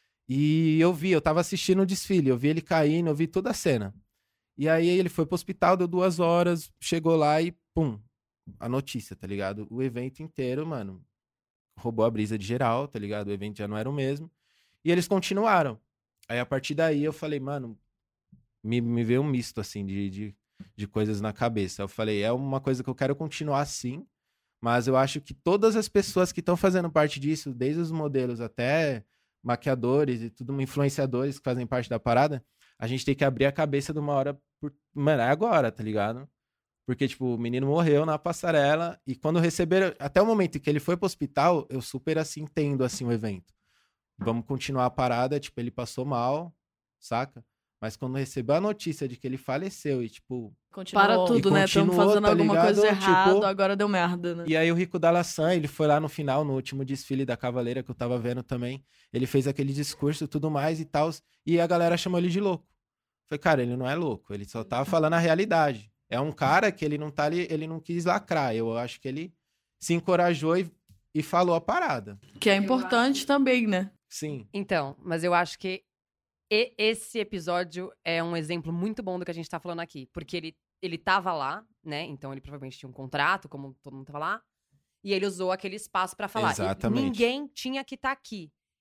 S5: E eu vi, eu tava assistindo o desfile, eu vi ele caindo, eu vi toda a cena. E aí ele foi pro hospital, deu duas horas, chegou lá e pum, a notícia, tá ligado? O evento inteiro, mano, roubou a brisa de geral, tá ligado? O evento já não era o mesmo. E eles continuaram. Aí a partir daí eu falei, mano, me, me veio um misto, assim, de, de, de coisas na cabeça. Eu falei, é uma coisa que eu quero continuar assim, mas eu acho que todas as pessoas que estão fazendo parte disso, desde os modelos até maquiadores e tudo, influenciadores que fazem parte da parada, a gente tem que abrir a cabeça de uma hora por... Mano, é agora, tá ligado? Porque, tipo, o menino morreu na passarela e quando receberam... Até o momento em que ele foi pro hospital, eu super, assim, entendo, assim, o evento. Vamos continuar a parada, tipo, ele passou mal, saca? Mas quando recebeu a notícia de que ele faleceu e, tipo...
S2: Continuou.
S4: Para tudo,
S5: E
S4: né? Estamos
S5: continuou,
S4: fazendo
S5: tá
S4: alguma
S5: ligado?
S4: coisa errada,
S5: Tipo,
S4: agora deu merda, né?
S5: E aí o Rico Dalassan, ele foi lá no final, no último desfile da Cavaleira, que eu tava vendo também. Ele fez aquele discurso e tudo mais e tal. E a galera chamou ele de louco. Falei, cara, ele não é louco, ele só tá falando a realidade. É um cara que ele não tá ali, ele não quis lacrar. Eu acho que ele se encorajou e, e falou a parada.
S4: Que é importante também, né?
S5: Sim.
S3: Então, mas eu acho que e- esse episódio é um exemplo muito bom do que a gente tá falando aqui. Porque ele, ele tava lá, né? Então ele provavelmente tinha um contrato, como todo mundo tava lá. E ele usou aquele espaço pra falar. E
S5: Exatamente.
S3: ninguém tinha que estar aqui.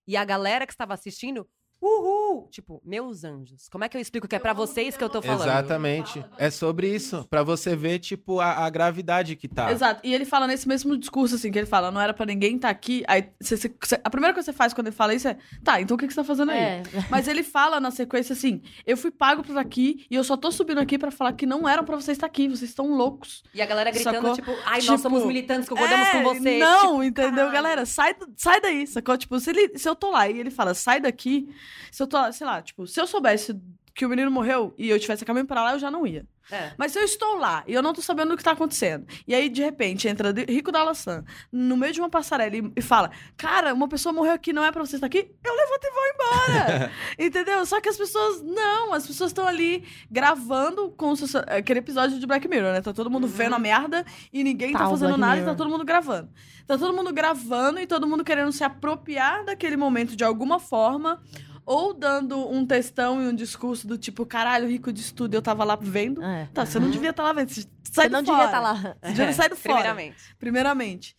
S3: E a galera que estava assistindo, uhul! Tipo, meus anjos. Como é que eu explico que é pra vocês que eu tô falando?
S5: Exatamente. É sobre isso. Pra você ver, tipo, a, a gravidade que tá.
S4: Exato. E ele fala nesse mesmo discurso, assim, que ele fala, não era pra ninguém estar aqui. Aí, cê, cê, cê- a primeira coisa que você faz quando ele fala isso é, tá, então o que, que você tá fazendo aí?
S2: É.
S4: Mas ele fala na sequência assim, eu fui pago pra estar aqui e eu só tô subindo aqui pra falar que não eram pra vocês estar aqui, vocês estão loucos.
S3: E a galera gritando,
S4: Sacou?
S3: tipo, ai,
S4: Tipo,
S3: nós somos militantes, concordamos
S4: É,
S3: com vocês.
S4: Não,
S3: Tipo,
S4: entendeu,
S3: caralho.
S4: galera? Sai, sai daí, sacou? Tipo, se, ele, se eu tô lá e ele fala, sai daqui, se eu tô lá, sei lá, tipo, se eu soubesse que o menino morreu e eu tivesse a caminho pra lá, eu já não ia.
S3: É.
S4: Mas se eu estou lá e eu não tô sabendo o que tá acontecendo, e aí, de repente, entra Rico da Lassan no meio de uma passarela e, e fala, cara, uma pessoa morreu aqui, não é pra você estar aqui, eu levanto e vou embora. Entendeu? Só que as pessoas, não, as pessoas estão ali gravando com os- aquele episódio de Black Mirror, né? Tá todo mundo vendo a merda e ninguém tá,
S2: Tá, o
S4: fazendo
S2: Black
S4: nada e
S2: Mirror.
S4: tá todo mundo gravando. Tá todo mundo gravando e todo mundo querendo se apropriar daquele momento de alguma forma, ou dando um textão e um discurso do tipo, caralho, Rico de estudo, eu tava lá vendo.
S2: É.
S4: Tá, você não devia estar lá vendo. Você sai
S2: Você não
S4: do
S2: devia
S4: fora.
S2: estar lá.
S4: Você devia sair do fora.
S3: Primeiramente.
S4: Primeiramente.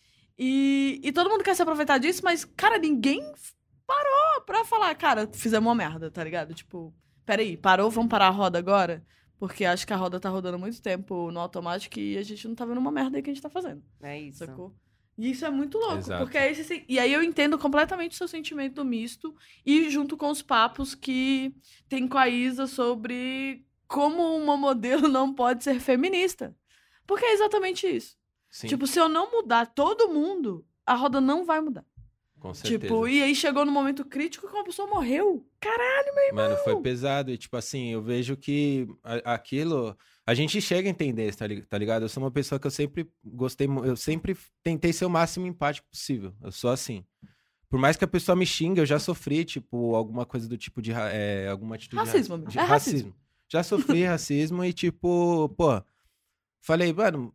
S4: E, e todo mundo quer se aproveitar disso, mas, cara, ninguém parou pra falar, cara, fizemos uma merda, tá ligado? Tipo, peraí, parou, vamos parar a roda agora? Porque acho que a roda tá rodando há muito tempo no automático e a gente não tá vendo uma merda aí que a gente tá fazendo,
S3: É isso.
S4: sacou? E isso é muito louco,
S5: Exato.
S4: porque aí você, e aí eu entendo completamente o seu sentimento do misto e junto com os papos que tem com a Isa sobre como uma modelo não pode ser feminista. Porque é exatamente isso.
S5: Sim,
S4: Tipo, se eu não mudar todo mundo, a roda não vai mudar.
S5: com certeza.
S4: Tipo, e aí chegou no momento crítico que uma pessoa morreu. Caralho, meu irmão.
S5: Mano, foi pesado. E, tipo assim, eu vejo que a- aquilo... A gente chega a entender isso, tá li- tá ligado? Eu sou uma pessoa que eu sempre gostei... mu- Eu sempre tentei ser o máximo empático possível. Eu sou assim. Por mais que a pessoa me xingue, eu já sofri, tipo, alguma coisa do tipo de... ra- É, alguma atitude... de ra-
S4: Racismo,
S5: de
S4: é racismo.
S5: Já sofri racismo e, tipo, pô... Falei, mano,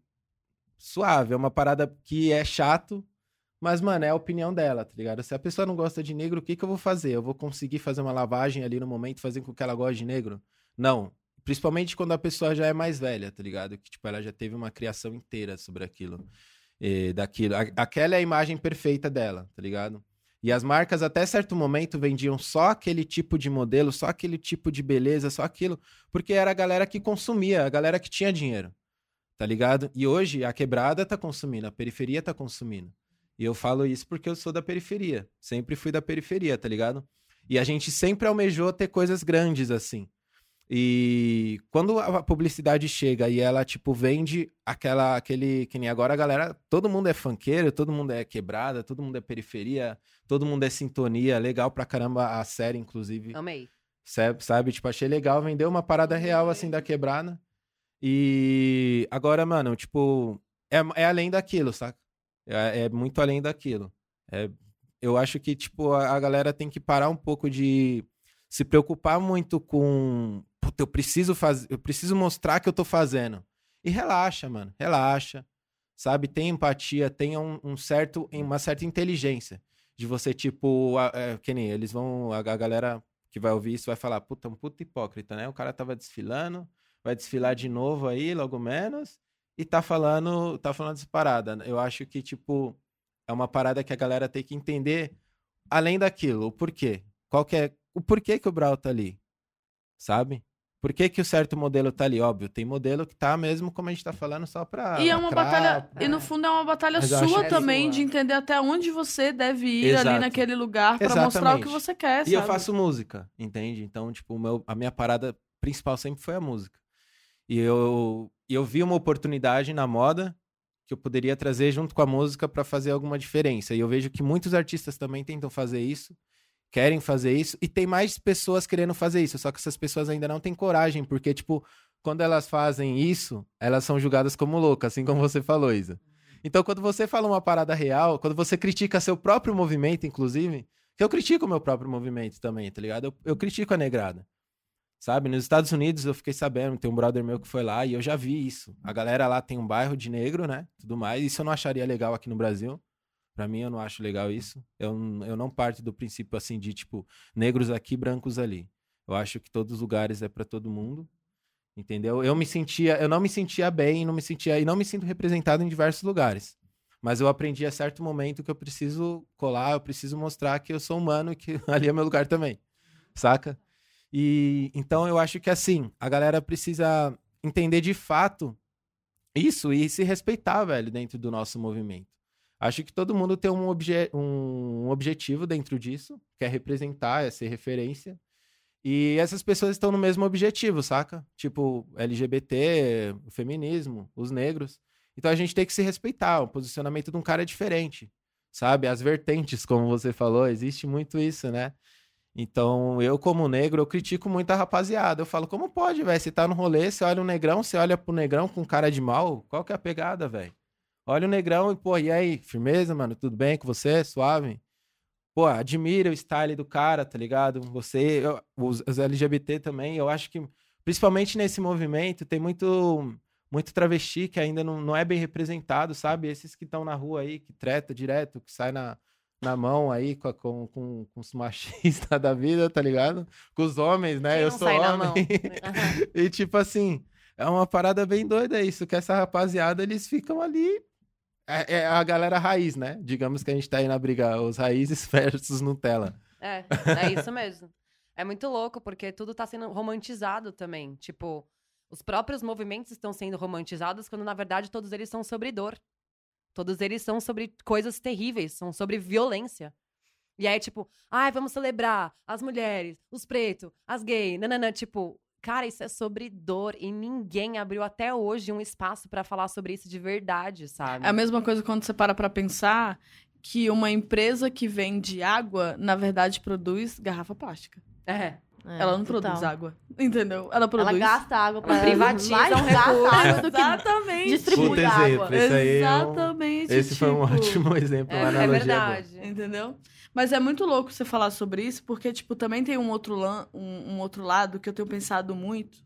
S5: suave. É uma parada que é chato... Mas, mano, é a opinião dela, tá ligado? Se a pessoa não gosta de negro, o que que eu vou fazer? Eu vou conseguir fazer uma lavagem ali no momento, fazer com que ela goste de negro? Não. Principalmente quando a pessoa já é mais velha, tá ligado? Que, tipo, ela já teve uma criação inteira sobre aquilo. E daquilo. A- aquela é a imagem perfeita dela, tá ligado? E as marcas, até certo momento, vendiam só aquele tipo de modelo, só aquele tipo de beleza, só aquilo, porque era a galera que consumia, a galera que tinha dinheiro, tá ligado? E hoje, a quebrada tá consumindo, a periferia tá consumindo. E eu falo isso porque eu sou da periferia. Sempre fui da periferia, tá ligado? E a gente sempre almejou ter coisas grandes, assim. E quando a publicidade chega e ela, tipo, vende aquela, aquele... Que nem agora a galera... Todo mundo é funkeiro, todo mundo é quebrada, todo mundo é periferia, todo mundo é sintonia. Legal pra caramba a série, inclusive.
S3: Amei.
S5: Sabe, sabe? Tipo, achei legal vender uma parada real, assim, da quebrada. E agora, mano, tipo... É, é além daquilo, saca? É, é muito além daquilo. É, eu acho que, tipo, a, a galera tem que parar um pouco de se preocupar muito com... Puta, eu preciso fazer... Eu preciso mostrar que eu tô fazendo. E relaxa, mano. Relaxa. Sabe? Tem empatia, tem um, um certo, uma certa inteligência. De você, tipo... A, é, que nem eles vão... A, a galera que vai ouvir isso vai falar... Puta, um puta hipócrita, né? O cara tava desfilando. Vai desfilar de novo aí, logo menos... E tá falando, tá falando dessa parada. Eu acho que, tipo, é uma parada que a galera tem que entender, além daquilo, o porquê. Qual que é, o porquê que o Brau tá ali, sabe? Por que que o certo modelo tá ali? Óbvio, tem modelo que tá mesmo, como a gente tá falando, só pra...
S4: E é uma
S5: lacrar,
S4: batalha.
S5: pra-
S4: E no fundo é uma batalha
S5: Mas eu acho
S4: sua
S3: que é
S4: também,
S3: sua.
S4: de entender até onde você deve ir ali
S5: Exato.
S4: naquele lugar pra mostrar o
S5: Exatamente.
S4: que você quer,
S5: E
S4: sabe?
S5: eu faço música, entende? Então, tipo, o meu, a minha parada principal sempre foi a música. E eu, e eu vi uma oportunidade na moda que eu poderia trazer junto com a música pra fazer alguma diferença. E eu vejo que muitos artistas também tentam fazer isso, querem fazer isso, e tem mais pessoas querendo fazer isso, só que essas pessoas ainda não têm coragem, porque, tipo, quando elas fazem isso, elas são julgadas como loucas, assim como você falou, Isa. Então, quando você fala uma parada real, quando você critica seu próprio movimento, inclusive, que eu critico o meu próprio movimento também, tá ligado? Eu, eu critico a negrada. Sabe, nos Estados Unidos eu fiquei sabendo, tem um brother meu que foi lá e eu já vi isso. A galera lá tem um bairro de negro, né, tudo mais. Isso eu não acharia legal aqui no Brasil. Pra mim, eu não acho legal isso. Eu, eu não parto do princípio, assim, de, tipo, negros aqui, brancos ali. Eu acho que todos os lugares é pra todo mundo, entendeu? Eu me sentia, eu não me sentia bem, não me sentia, e não me sinto representado em diversos lugares. Mas eu aprendi a certo momento que eu preciso colar, eu preciso mostrar que eu sou humano e que ali é meu lugar também, saca? E então eu acho que assim, a galera precisa entender de fato isso e se respeitar, velho, dentro do nosso movimento. Acho que todo mundo tem um, obje um objetivo dentro disso, que é representar, é ser referência. E essas pessoas estão no mesmo objetivo, saca? Tipo, L G B T, o feminismo, os negros. Então a gente tem que se respeitar, o posicionamento de um cara é diferente, sabe? As vertentes, como você falou, existe muito isso, né? Então, eu como negro, eu critico muito a rapaziada. Eu falo, como pode, velho? Você tá no rolê, você olha um negrão, você olha pro negrão com cara de mal, qual que é a pegada, velho? Olha o negrão e, pô, e aí? Firmeza, mano? Tudo bem com você? Suave? Pô, admira o style do cara, tá ligado? Você, eu, os, os L G B T também, eu acho que, principalmente nesse movimento, tem muito... muito travesti que ainda não, não é bem representado, sabe? Esses que estão na rua aí, que treta direto, que sai na, na mão aí com, com, com, com os machistas da vida, tá ligado? Com os homens, né?
S3: Quem
S5: Eu
S3: não
S5: sou
S3: sai na
S5: homem.
S3: mão? Uhum.
S5: E tipo assim, é uma parada bem doida isso, que essa rapaziada, eles ficam ali... É, é a galera raiz, né? Digamos que a gente tá aí na briga, os raízes versus Nutella.
S3: É, é isso mesmo. É muito louco, porque tudo tá sendo romantizado também. Tipo, os próprios movimentos estão sendo romantizados, quando, na verdade, todos eles são sobre dor. Todos eles são sobre coisas terríveis, são sobre violência. E aí, tipo, ai, vamos celebrar as mulheres, os pretos, as gays, nananã. Tipo, cara, isso é sobre dor. E ninguém abriu até hoje um espaço pra falar sobre isso de verdade, sabe?
S4: É a mesma coisa quando você para pra pensar que uma empresa que vende água, na verdade, produz garrafa plástica.
S3: É.
S2: É,
S4: Ela não
S2: total.
S4: produz água, entendeu? Ela produz...
S2: Ela gasta água pra...
S3: Ela privatiza
S2: mais
S3: um
S2: gasta
S3: recurso.
S2: água do que
S4: Exatamente.
S2: distribui
S5: Puta
S2: água.
S5: exemplo. Esse aí é um-
S4: Exatamente.
S5: Esse foi um
S4: tipo,
S5: ótimo exemplo,
S3: É,
S5: uma
S3: é
S5: analogia boa.
S3: verdade.
S4: Entendeu? Mas é muito louco você falar sobre isso, porque, tipo, também tem um outro, lan- um, um outro lado que eu tenho pensado muito.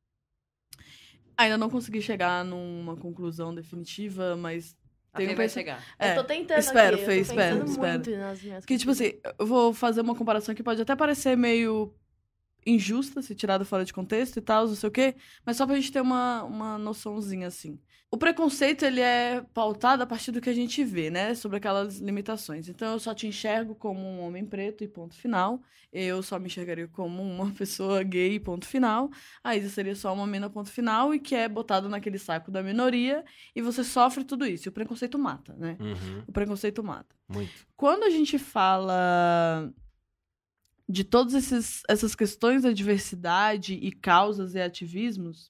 S4: Ainda não consegui chegar numa conclusão definitiva, mas
S3: A
S4: tenho
S3: Fê vai
S4: pensa-
S3: chegar.
S4: É,
S2: Eu tô tentando
S4: espero,
S2: aqui,
S4: Fê,
S2: eu tô
S4: espero,
S2: pensando
S4: espero.
S2: muito nas minhas
S4: Que, tipo assim, eu vou fazer uma comparação que pode até parecer meio injusta, se tirada fora de contexto e tal, não sei o quê, mas só pra gente ter uma, uma noçãozinha, assim. O preconceito, ele é pautado a partir do que a gente vê, né? Sobre aquelas limitações. Então, eu só te enxergo como um homem preto e ponto final. Eu só me enxergaria como uma pessoa gay, ponto final. A Isa seria só uma mina, ponto final, e que é botado naquele saco da minoria, e você sofre tudo isso. E o preconceito mata, né?
S5: Uhum,
S4: O preconceito mata.
S5: muito.
S4: Quando a gente fala de todas esses, essas questões da diversidade e causas e ativismos,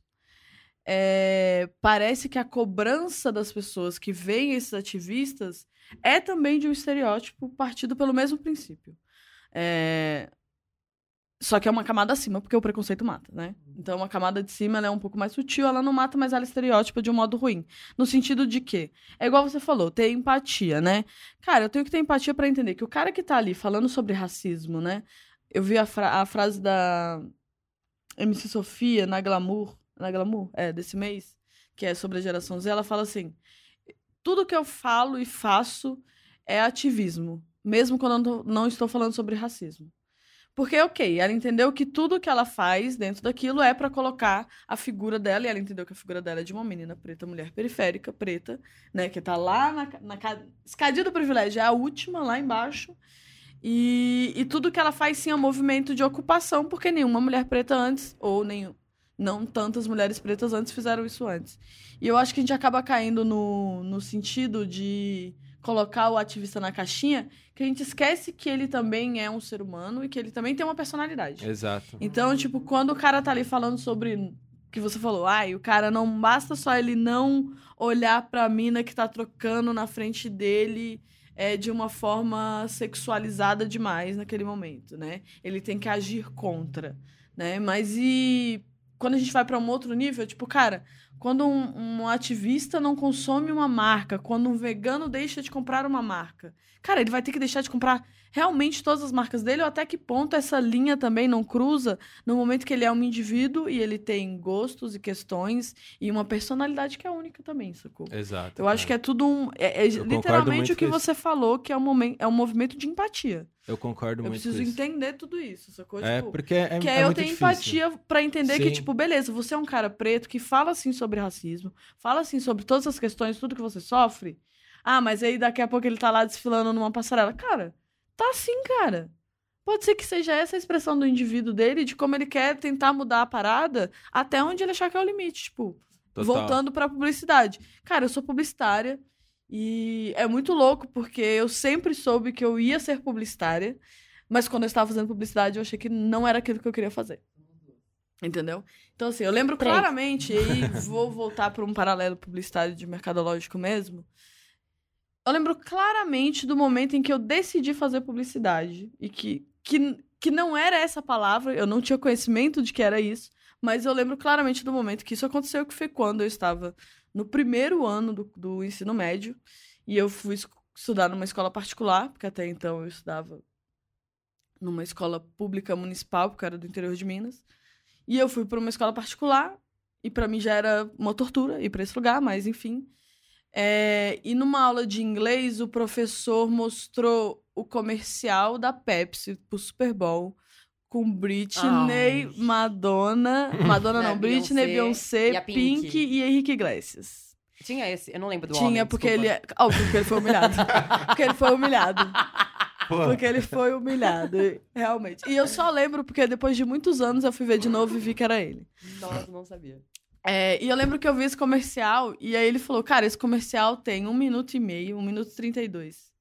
S4: é, parece que a cobrança das pessoas que veem esses ativistas é também de um estereótipo partido pelo mesmo princípio. É, só que é uma camada acima, porque o preconceito mata, né? Então, uma camada de cima, ela é um pouco mais sutil, ela não mata, mas ela estereótipa de um modo ruim. No sentido de que, é igual você falou, ter empatia, né? Cara, eu tenho que ter empatia pra entender que o cara que tá ali falando sobre racismo, né? Eu vi a, fra- a frase da M C Sofia na Glamour, na Glamour, é, desse mês, que é sobre a geração Z, ela fala assim, tudo que eu falo e faço é ativismo, mesmo quando eu não tô- não estou falando sobre racismo. Porque, ok, ela entendeu que tudo que ela faz dentro daquilo é pra colocar a figura dela, e ela entendeu que a figura dela é de uma menina preta, mulher periférica, preta, né, que tá lá na, na ca- escadinha do privilégio, é a última, lá embaixo, e, e tudo que ela faz, sim, é um movimento de ocupação, porque nenhuma mulher preta antes, ou nenhum, não tantas mulheres pretas antes fizeram isso antes. E eu acho que a gente acaba caindo no, no sentido de colocar o ativista na caixinha, que a gente esquece que ele também é um ser humano e que ele também tem uma personalidade.
S5: Exato.
S4: Então, tipo, quando o cara tá ali falando sobre que você falou, ai, o cara não basta só ele não olhar pra mina que tá trocando na frente dele é, de uma forma sexualizada demais naquele momento, né? Ele tem que agir contra, né? Mas e quando a gente vai pra um outro nível, tipo, cara, quando um, um ativista não consome uma marca, quando um vegano deixa de comprar uma marca, cara, ele vai ter que deixar de comprar realmente todas as marcas dele, ou até que ponto essa linha também não cruza no momento que ele é um indivíduo e ele tem gostos e questões e uma personalidade que é única também, sacou?
S5: Exato.
S4: Eu acho que é tudo um... É, é
S5: concordo
S4: literalmente
S5: muito
S4: o que
S5: com isso.
S4: você falou, que é um, momen- é um movimento de empatia.
S5: Eu concordo
S4: Eu
S5: muito
S4: preciso
S5: com isso.
S4: entender tudo isso, sacou?
S5: É,
S4: Tipo,
S5: porque é,
S4: que
S5: é
S4: aí eu
S5: muito
S4: tenho
S5: difícil.
S4: empatia pra entender que,
S5: Sim.
S4: tipo, beleza, você é um cara preto que fala assim sobre racismo, fala assim sobre todas as questões, tudo que você sofre. Ah, mas aí daqui a pouco ele tá lá desfilando numa passarela. Cara, tá assim, cara. Pode ser que seja essa a expressão do indivíduo dele, de como ele quer tentar mudar a parada até onde ele achar que é o limite. Tipo,
S5: Total.
S4: voltando pra publicidade. Cara, eu sou publicitária e é muito louco porque eu sempre soube que eu ia ser publicitária, mas quando eu estava fazendo publicidade eu achei que não era aquilo que eu queria fazer. Entendeu? Então, assim, eu lembro
S2: Três.
S4: claramente, e aí vou voltar para um paralelo publicitário de mercadológico mesmo. Eu lembro claramente do momento em que eu decidi fazer publicidade e que, que, que não era essa palavra, eu não tinha conhecimento de que era isso, mas eu lembro claramente do momento que isso aconteceu, que foi quando eu estava no primeiro ano do, do ensino médio e eu fui estudar numa escola particular, porque até então eu estudava numa escola pública municipal, porque eu era do interior de Minas, e eu fui para uma escola particular e para mim já era uma tortura ir para esse lugar, mas enfim. É, e numa aula de inglês, o professor mostrou o comercial da Pepsi pro Super Bowl com Britney,
S3: Ai.
S4: Madonna... Madonna não,
S3: Né,
S4: Britney,
S3: Beyoncé
S4: Beyoncé,
S3: e a
S4: Pink.
S3: Pink.
S4: e Henrique Iglesias.
S3: Tinha esse, eu não lembro do
S4: Tinha,
S3: homem,
S4: porque
S3: desculpa.
S4: ele... é- Óbvio, porque ele foi humilhado. Porque ele foi humilhado.
S5: Pô,
S4: Porque ele foi humilhado, realmente. E eu só lembro porque depois de muitos anos eu fui ver de novo e vi que era ele.
S3: Nossa, não sabia.
S4: É, e eu lembro que eu vi esse comercial, e aí ele falou, cara, esse comercial tem um minuto e meio, um minuto e trinta e dois.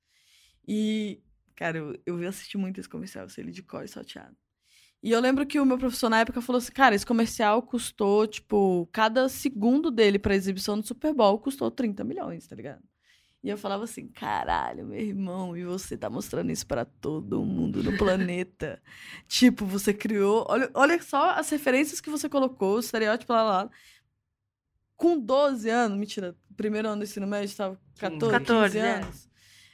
S4: E, cara, eu, eu vi assistir muito esse comercial, eu sei ele de cor e salteado. E eu lembro que o meu professor na época falou assim, cara, esse comercial custou, tipo, cada segundo dele pra exibição do Super Bowl custou trinta milhões, tá ligado? E eu falava assim, caralho, meu irmão, e você tá mostrando isso pra todo mundo no planeta. Tipo, você criou... Olha, olha só as referências que você colocou, o estereótipo lá, lá. Com doze anos, mentira, primeiro ano do ensino médio, tava catorze,
S2: catorze,
S4: quinze
S2: é.
S4: anos.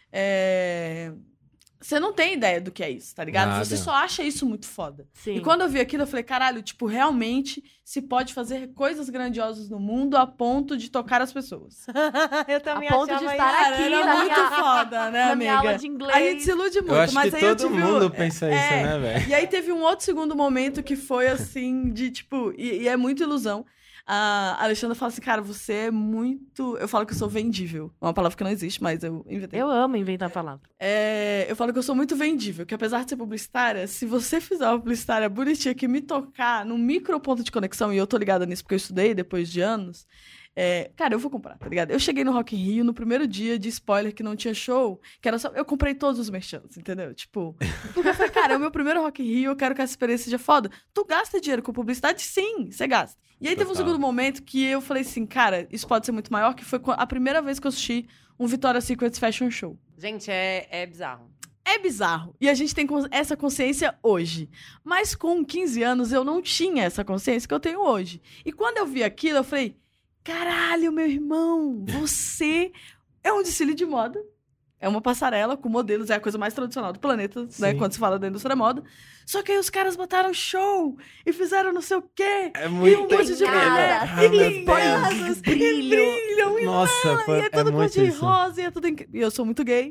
S4: É... Você não tem ideia do que é isso, tá ligado?
S5: Nada.
S4: Você só acha isso muito foda.
S2: Sim.
S4: E quando eu vi aquilo, eu falei, caralho, tipo, realmente se pode fazer coisas grandiosas no mundo a ponto de tocar as pessoas.
S3: eu
S2: A
S3: também
S2: ponto de
S3: achava
S2: estar
S3: isso.
S4: Cara,
S2: aqui
S4: era
S2: na
S4: muito
S2: minha-
S4: foda, né,
S2: na minha
S4: amiga?
S2: aula de inglês.
S4: A gente se ilude muito,
S5: eu acho
S4: mas
S5: que
S4: aí eu
S5: todo
S4: tive
S5: mundo
S4: um...
S5: pensa
S4: é,
S5: isso, né, velho?
S4: E aí teve um outro segundo momento que foi assim, de tipo, e, e é muito ilusão. A Alexandra fala assim, cara, você é muito... Eu falo que eu sou vendível. É uma palavra que não existe, mas eu inventei.
S2: Eu amo inventar palavra.
S4: É, eu falo que eu sou muito vendível, que apesar de ser publicitária, se você fizer uma publicitária bonitinha que me tocar num micro ponto de conexão, e eu tô ligada nisso porque eu estudei depois de anos, é, cara, eu vou comprar, tá ligado? Eu cheguei no Rock in Rio no primeiro dia de spoiler que não tinha show, que era só... Eu comprei todos os merchants, entendeu? Tipo, porque eu falei, cara, é o meu primeiro Rock in Rio, eu quero que essa experiência seja foda. Tu gasta dinheiro com publicidade? Sim, você gasta. E aí teve um
S5: Total.
S4: segundo momento que eu falei assim, cara, isso pode ser muito maior, que foi a primeira vez que eu assisti um Victoria's Secret Fashion Show.
S3: Gente, é, é bizarro.
S4: É bizarro. E a gente tem cons- essa consciência hoje. Mas com quinze anos eu não tinha essa consciência que eu tenho hoje. E quando eu vi aquilo, eu falei, caralho, meu irmão, você é um desfile de moda. É uma passarela com modelos, é a coisa mais tradicional do planeta, né?
S5: Sim.
S4: Quando se fala da indústria da moda. Só que aí os caras botaram show e fizeram não sei o quê.
S5: É
S4: E um
S5: muito
S4: monte de
S2: Nada.
S4: mulher.
S5: Ah,
S4: E
S5: meu
S4: lindosas,
S5: Deus.
S4: e
S2: Brilho.
S4: brilham, e
S5: Nossa, foi,
S4: e é tudo cor
S5: muito
S4: de
S5: isso.
S4: rosa, e é tudo incrível. E eu sou muito gay.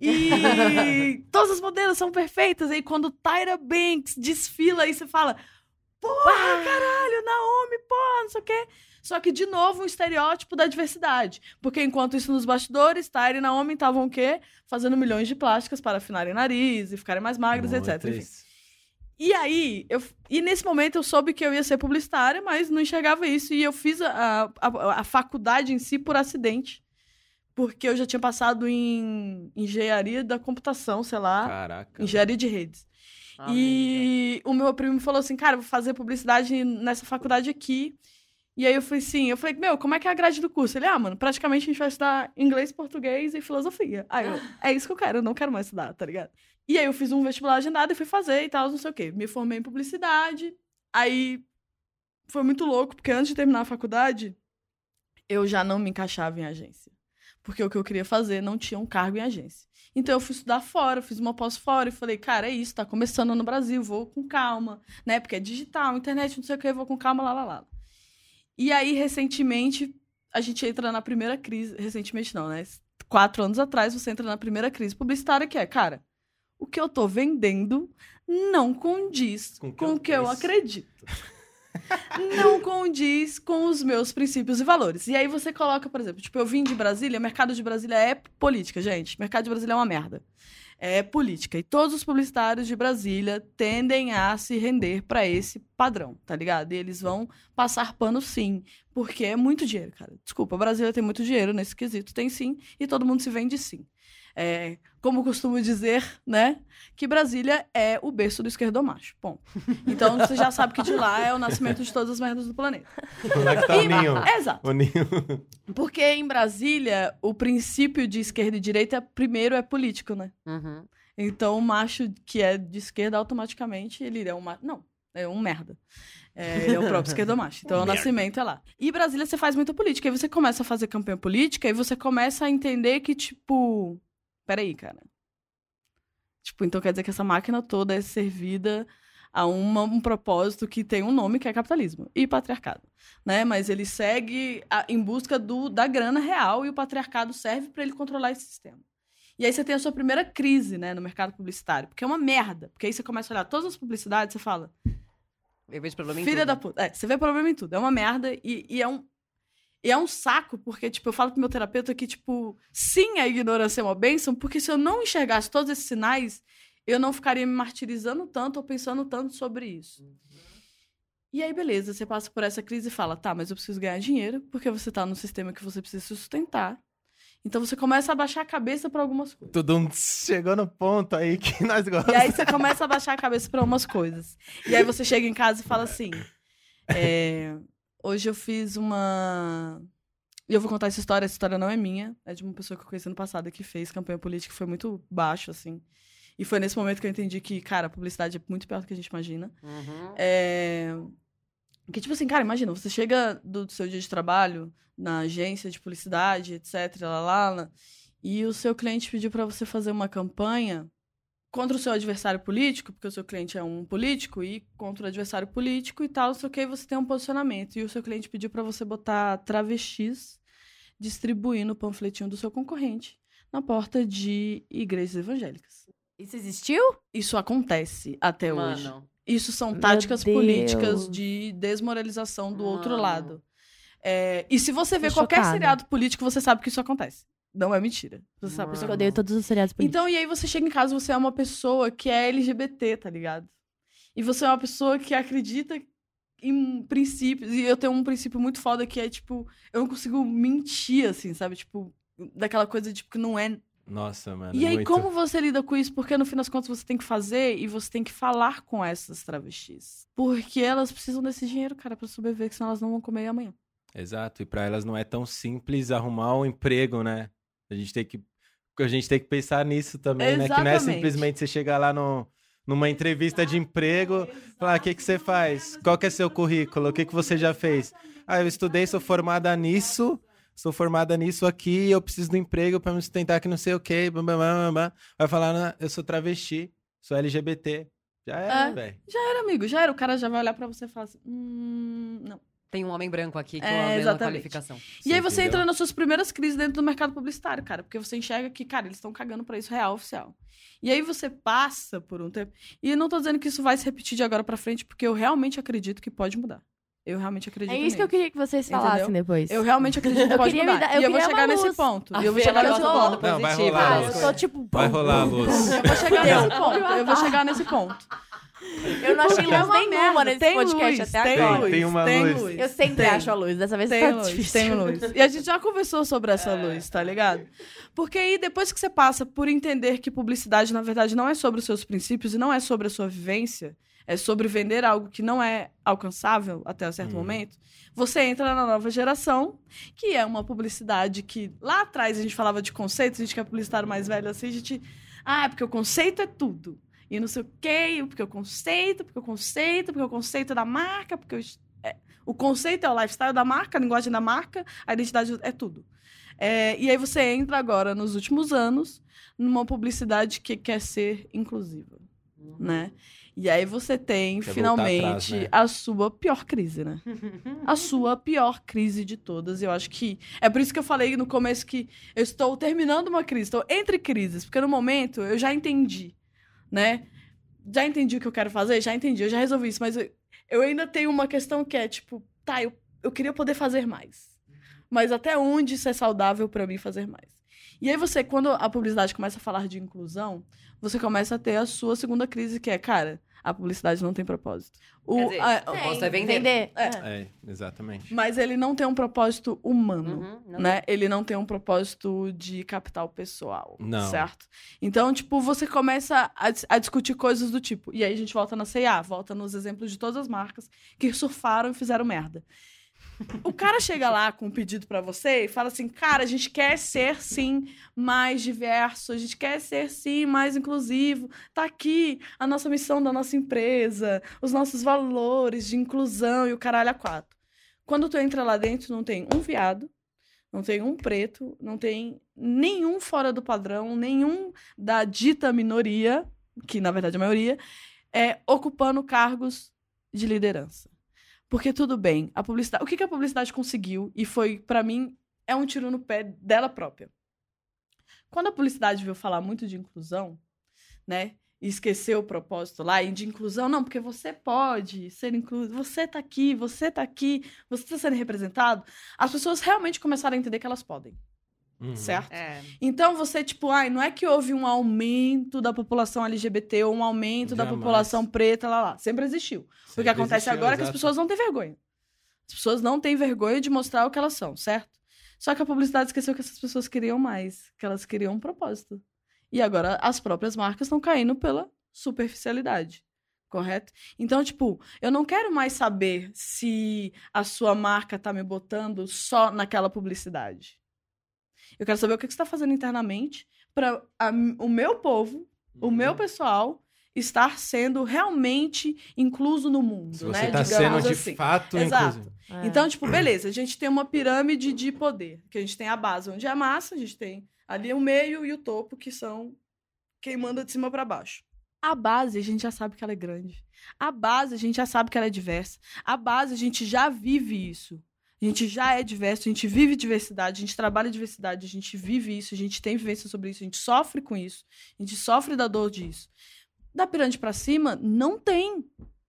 S4: E todas as modelos são perfeitas. E aí, quando Tyra Banks desfila, aí você fala, porra, caralho, Naomi, porra, não sei o quê. Só que, de novo, um estereótipo da diversidade. Porque enquanto isso nos bastidores, Tyra e Naomi estavam o quê? Fazendo milhões de plásticas para afinarem nariz e ficarem mais magras,
S5: Muito
S4: etcétera. Enfim.
S5: isso.
S4: E aí, eu, e nesse momento eu soube que eu ia ser publicitária, mas não enxergava isso. E eu fiz a, a, a faculdade em si por acidente. Porque eu já tinha passado em engenharia da computação, sei lá,
S5: Caraca.
S4: engenharia de redes.
S3: Amiga.
S4: E o meu primo falou assim, cara, eu vou fazer publicidade nessa faculdade aqui. E aí eu falei assim, eu falei, meu, como é que é a grade do curso? Ele, ah, mano, praticamente a gente vai estudar inglês, português e filosofia. Aí eu, é isso que eu quero, eu não quero mais estudar, tá ligado? E aí eu fiz um vestibular agendado e fui fazer e tal, não sei o quê. Me formei em publicidade. Aí foi muito louco, porque antes de terminar a faculdade, eu já não me encaixava em agência. Porque o que eu queria fazer não tinha um cargo em agência. Então eu fui estudar fora, fiz uma pós fora e falei, cara, é isso, tá começando no Brasil, vou com calma, né? Porque é digital, internet, não sei o quê, vou com calma, lá, lá, lá. E aí, recentemente, a gente entra na primeira crise, recentemente não, né? Quatro anos atrás, você entra na primeira crise publicitária, que é, cara, o que eu tô vendendo não condiz
S5: Com
S4: com
S5: o
S4: o
S5: que
S4: que
S5: eu
S4: eu
S5: penso.
S4: acredito. não condiz com os meus princípios e valores. E aí você coloca, por exemplo, tipo, eu vim de Brasília, mercado de Brasília é política, gente. Mercado de Brasília é uma merda. É política. E todos os publicitários de Brasília tendem a se render pra esse padrão, tá ligado? E eles vão passar pano sim, porque é muito dinheiro, cara. Desculpa, Brasília tem muito dinheiro nesse quesito, tem sim, e todo mundo se vende sim. É, como costumo dizer, né, que Brasília é o berço do esquerdomacho. Bom, então você já sabe que de lá é o nascimento de todas as merdas do planeta.
S5: Lá que tá o ninho.
S4: Exato.
S5: O ninho.
S4: Porque em Brasília, o princípio de esquerda e direita, primeiro, é político, né?
S3: Uhum.
S4: Então, o macho que é de esquerda, automaticamente, ele é um macho. Não, é um merda. É, ele é o próprio esquerdomacho. Então, o nascimento é lá. E Brasília, você faz muita política. Aí você começa a fazer campanha política e você começa a entender que, tipo... Peraí, cara. Tipo, então quer dizer que essa máquina toda é servida a uma, um propósito que tem um nome, que é capitalismo e patriarcado, né? Mas ele segue a, em busca do, da grana real e o patriarcado serve para ele controlar esse sistema. E aí você tem a sua primeira crise, né, no mercado publicitário, porque é uma merda. Porque aí você começa a olhar todas as publicidades, você fala...
S3: Eu vejo problema em
S4: Filha
S3: tudo.
S4: da puta. É, você vê problema em tudo. É uma merda e, e é um... E é um saco, porque, tipo, eu falo pro meu terapeuta que, tipo, sim, a ignorância é uma bênção, porque se eu não enxergasse todos esses sinais, eu não ficaria me martirizando tanto ou pensando tanto sobre isso. Uhum. E aí, beleza, você passa por essa crise e fala, tá, mas eu preciso ganhar dinheiro, porque você tá num sistema que você precisa se sustentar. Então você começa a baixar a cabeça pra algumas coisas.
S5: Tudo chegou no ponto aí que nós gostamos.
S4: E aí você começa a baixar a cabeça pra algumas coisas. E aí você chega em casa e fala assim, é... Hoje eu fiz uma... E eu vou contar essa história. Essa história não é minha. É de uma pessoa que eu conheci no passado que fez campanha política. Que foi muito baixo, assim. E foi nesse momento que eu entendi que, cara, a publicidade é muito pior do que a gente imagina.
S3: Uhum.
S4: É... Que, tipo assim, cara, imagina. Você chega do seu dia de trabalho na agência de publicidade, etc. Lá, lá, lá, e o seu cliente pediu pra você fazer uma campanha contra o seu adversário político, porque o seu cliente é um político, e contra o adversário político e tal, não sei o que, você tem um posicionamento. E o seu cliente pediu para você botar travestis distribuindo o panfletinho do seu concorrente na porta de igrejas evangélicas.
S2: Isso existiu?
S4: Isso acontece até
S3: Mano.
S4: hoje. Isso são
S2: Meu
S4: táticas
S2: Deus.
S4: políticas de desmoralização do
S3: Mano.
S4: outro lado. É, e se você vê
S2: Tô
S4: qualquer
S2: chocada.
S4: seriado político, você sabe que isso acontece. Não é mentira. Você sabe
S2: Por isso
S4: que
S2: que eu odeio todos os seriados políticos.
S4: Então, e aí você chega em casa, você é uma pessoa que é L G B T, tá ligado? E você é uma pessoa que acredita em princípios. E eu tenho um princípio muito foda que é, tipo, eu não consigo mentir, assim, sabe? Tipo, daquela coisa, tipo, que não é...
S5: Nossa, mano.
S4: E aí,
S5: muito...
S4: como você lida com isso? Porque, no fim das contas, você tem que fazer e você tem que falar com essas travestis. Porque elas precisam desse dinheiro, cara, pra sobreviver, que senão elas não vão comer amanhã.
S5: Exato, e pra elas não é tão simples arrumar um emprego, né? A gente tem que, a gente tem que pensar nisso também, né? Que não é
S4: Exatamente.
S5: simplesmente você chegar lá no, numa entrevista de emprego, falar, o que, que você faz? Qual que é seu currículo? O que, que você já fez? Ah, eu estudei, sou formada nisso, sou formada nisso aqui, eu preciso do emprego pra me sustentar que não sei o quê, blá, blá, blá, blá. Vai falar, não, eu sou travesti, sou L G B T. Já era,
S4: É.
S5: velho.
S4: Já era, amigo, já era. O cara já vai olhar pra você e falar assim, hum, não.
S3: Tem um homem branco aqui com
S4: É,
S3: a mesma
S4: exatamente.
S3: qualificação.
S4: E aí você
S5: entendeu?
S4: entra nas suas primeiras crises dentro do mercado publicitário, cara. Porque você enxerga que, cara, eles estão cagando pra isso real, oficial. E aí você passa por um tempo... E eu não tô dizendo que isso vai se repetir de agora pra frente, porque eu realmente acredito que pode mudar. Eu realmente acredito
S2: É isso que eu
S4: nisso.
S2: queria que vocês falassem
S4: Entendeu?
S2: depois.
S4: Eu realmente acredito que
S2: Eu
S4: pode
S2: queria me
S4: mudar.
S2: dar- eu
S4: e eu vou
S2: queria
S4: chegar
S2: uma
S4: nesse
S2: luz.
S4: ponto.
S3: A
S4: E eu vou
S3: Fê,
S4: chegar
S3: ela
S4: nesse
S3: gosta do lado
S4: ponto.
S5: Não, vai
S3: positivo,
S5: rolar,
S2: Ah,
S3: das
S2: eu
S3: coisas.
S2: tô tipo...
S5: Vai rolar, Luz.
S4: Eu vou chegar nesse ponto. Eu vou chegar nesse ponto.
S2: Eu não achei
S4: Porque é
S2: luz
S4: uma
S2: nenhuma
S4: merda.
S2: nesse
S4: Tem
S2: podcast
S4: luz,
S2: até
S4: tem
S2: agora.
S4: luz,
S5: Tem uma
S4: tem
S5: luz.
S4: luz.
S2: Eu sempre
S4: Tem.
S2: acho a luz, dessa vez
S4: Tem
S2: tá
S4: luz,
S2: difícil.
S4: tem luz. E a gente já conversou sobre essa luz, tá ligado? Porque aí, depois que você passa por entender que publicidade, na verdade, não é sobre os seus princípios e não é sobre a sua vivência, é sobre vender algo que não é alcançável até um certo
S5: Uhum.
S4: momento, você entra na nova geração, que é uma publicidade que lá atrás a gente falava de conceitos, a gente que é publicitário mais velho assim, a gente... Ah, porque o conceito é tudo. E não sei o quê, porque o conceito, porque o conceito, porque o conceito da marca, porque o, é, o conceito é o lifestyle da marca, a linguagem da marca, a identidade é tudo. É, e aí você entra agora, nos últimos anos, numa publicidade que quer ser inclusiva,
S3: Uhum.
S4: né? E aí você tem,
S5: Quer voltar
S4: finalmente,
S5: atrás, né?
S4: a sua pior crise, né? A sua pior crise de todas. Eu acho que... É por isso que eu falei no começo que eu estou terminando uma crise, estou entre crises, porque no momento eu já entendi, né? Já entendi o que eu quero fazer? Já entendi, eu já resolvi isso, mas eu, eu ainda tenho uma questão que é, tipo, tá, eu, eu queria poder fazer mais. Mas até onde isso é saudável pra mim fazer mais? E aí você, quando a publicidade começa a falar de inclusão, você começa a ter a sua segunda crise, que é, cara, a publicidade não tem propósito. O,
S3: Quer dizer,
S4: a-
S3: eu posso é vender.
S2: Vender.
S4: É.
S2: É.
S5: É, exatamente.
S4: mas ele não tem um propósito humano.
S3: Uhum, não
S4: Né? Ele não tem um propósito de capital pessoal,
S5: Não.
S4: certo? Então, tipo, você começa a, dis- a discutir coisas do tipo. E aí a gente volta na C e A, volta nos exemplos de todas as marcas que surfaram e fizeram merda. O cara chega lá com um pedido pra você e fala assim, cara, a gente quer ser, sim, mais diverso, a gente quer ser, sim, mais inclusivo. Tá aqui a nossa missão da nossa empresa, os nossos valores de inclusão e o caralho a quatro. Quando tu entra lá dentro, não tem um viado, não tem um preto, não tem nenhum fora do padrão, nenhum da dita minoria, que na verdade é a maioria, é, ocupando cargos de liderança. Porque tudo bem, a publicidade, o que que a publicidade conseguiu, e foi, pra mim, é um tiro no pé dela própria. Quando a publicidade veio falar muito de inclusão, né, e esqueceu o propósito lá, e de inclusão, não, porque você pode ser incluso, você tá aqui, você tá aqui, você tá sendo representado, as pessoas realmente começaram a entender que elas podem,
S5: Uhum.
S4: certo?
S3: É.
S4: Então você, tipo, ai, não é que houve um aumento da população L G B T ou um aumento da
S5: Jamais.
S4: população preta, lá, lá. Sempre existiu. O que
S5: Sempre
S4: acontece
S5: existiu,
S4: agora é que as
S5: exato.
S4: pessoas não têm vergonha. As pessoas não têm vergonha de mostrar o que elas são, certo? Só que a publicidade esqueceu que essas pessoas queriam mais, que elas queriam um propósito. E agora as próprias marcas estão caindo pela superficialidade. Correto? Então, tipo, eu não quero mais saber se a sua marca tá me botando só naquela publicidade. Eu quero saber o que que você está fazendo internamente para o meu povo, o
S5: Uhum.
S4: meu pessoal, estar sendo realmente incluso no mundo,
S5: Se
S4: né?
S5: você tá
S4: Digamos
S5: sendo de
S4: assim.
S5: fato
S4: Exato.
S5: inclusivo.
S2: É.
S4: Então, tipo, beleza, a gente tem uma pirâmide de poder, que a gente tem a base onde é a massa, a gente tem ali o meio e o topo, que são quem manda de cima para baixo. A base, a gente já sabe que ela é grande. A base, a gente já sabe que ela é diversa. A base, a gente já vive isso. A gente já é diverso, a gente vive diversidade, a gente trabalha diversidade, a gente vive isso, a gente tem vivência sobre isso, a gente sofre com isso, a gente sofre da dor disso. Da pirâmide pra cima, não tem.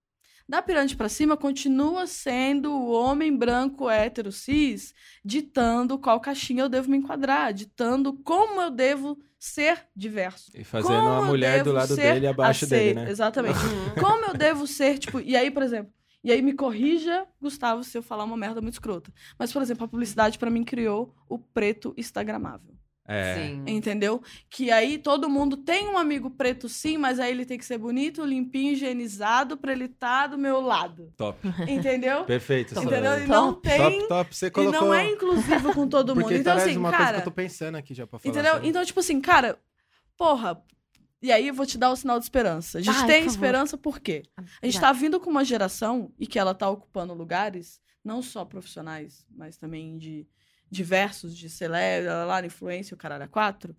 S4: Da pirâmide pra cima, continua sendo o homem branco, hétero, cis, ditando qual caixinha eu devo me enquadrar, ditando como eu devo ser diverso.
S5: E fazendo
S4: Como
S5: uma
S4: eu
S5: mulher do
S4: devo
S5: lado
S4: ser
S5: dele abaixo
S4: a
S5: dele,
S4: ser-
S5: né?
S4: Exatamente. Como eu devo ser, tipo... E aí, por exemplo... E aí me corrija, Gustavo, se eu falar uma merda muito escrota. Mas, por exemplo, a publicidade pra mim criou o preto instagramável.
S5: É.
S3: Sim.
S4: Entendeu? Que aí todo mundo tem um amigo preto sim, mas aí ele tem que ser bonito, limpinho, higienizado pra ele estar do meu lado.
S5: Top.
S4: Entendeu?
S5: Perfeito.
S4: Entendeu?
S5: Soraya.
S4: E não
S2: Top,
S4: tem...
S5: Top, top. Você
S4: E
S5: colocou...
S4: não é inclusivo com todo mundo.
S5: Porque
S4: Então,
S5: traz
S4: assim,
S5: uma coisa que
S4: cara...
S5: eu tô pensando aqui já pra falar.
S4: Entendeu?
S5: sobre.
S4: Então, tipo assim, cara, porra. E aí eu vou te dar o sinal de esperança. A gente
S2: Ai,
S4: tem
S2: por favor.
S4: esperança por quê? A gente tá vindo com uma geração e que ela tá ocupando lugares, não só profissionais, mas também de diversos, de celebra, lá, lá, influência, o caralho a quatro,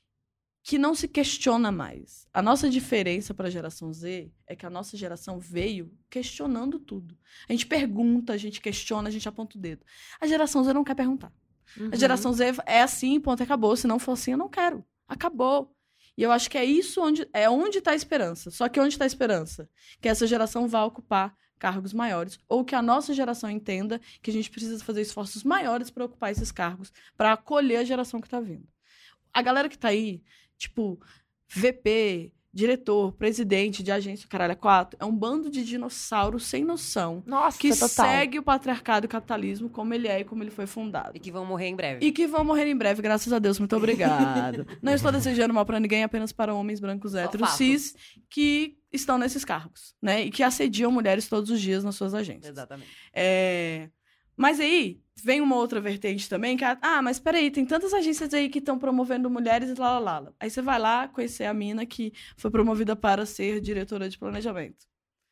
S4: que não se questiona mais. A nossa diferença para a geração Z é que a nossa geração veio questionando tudo. A gente pergunta, a gente questiona, a gente aponta o dedo. A geração Z não quer perguntar.
S2: Uhum.
S4: A geração Z é assim, ponto, acabou. Se não for assim, eu não quero. Acabou. E eu acho que é isso onde é onde está a esperança. Só que onde está a esperança? Que essa geração vá ocupar cargos maiores. Ou que a nossa geração entenda que a gente precisa fazer esforços maiores para ocupar esses cargos, para acolher a geração que está vindo. A galera que está aí, tipo, V P, diretor, presidente de agência, caralho, é quatro, é um bando de dinossauros sem noção.
S2: Nossa,
S4: Que
S2: total.
S4: segue o patriarcado e o capitalismo como ele é e como ele foi fundado.
S3: E que vão morrer em breve.
S4: E que vão morrer em breve, graças a Deus. Muito obrigado. Não estou desejando mal pra ninguém, apenas para homens brancos héteros
S3: fatos.
S4: cis que estão nesses cargos, né? E que assediam mulheres todos os dias nas suas agências.
S3: Exatamente.
S4: É... Mas aí, vem uma outra vertente também, que é, ah, mas peraí, tem tantas agências aí que estão promovendo mulheres e lá, lá, lá. Aí você vai lá conhecer a mina que foi promovida para ser diretora de planejamento.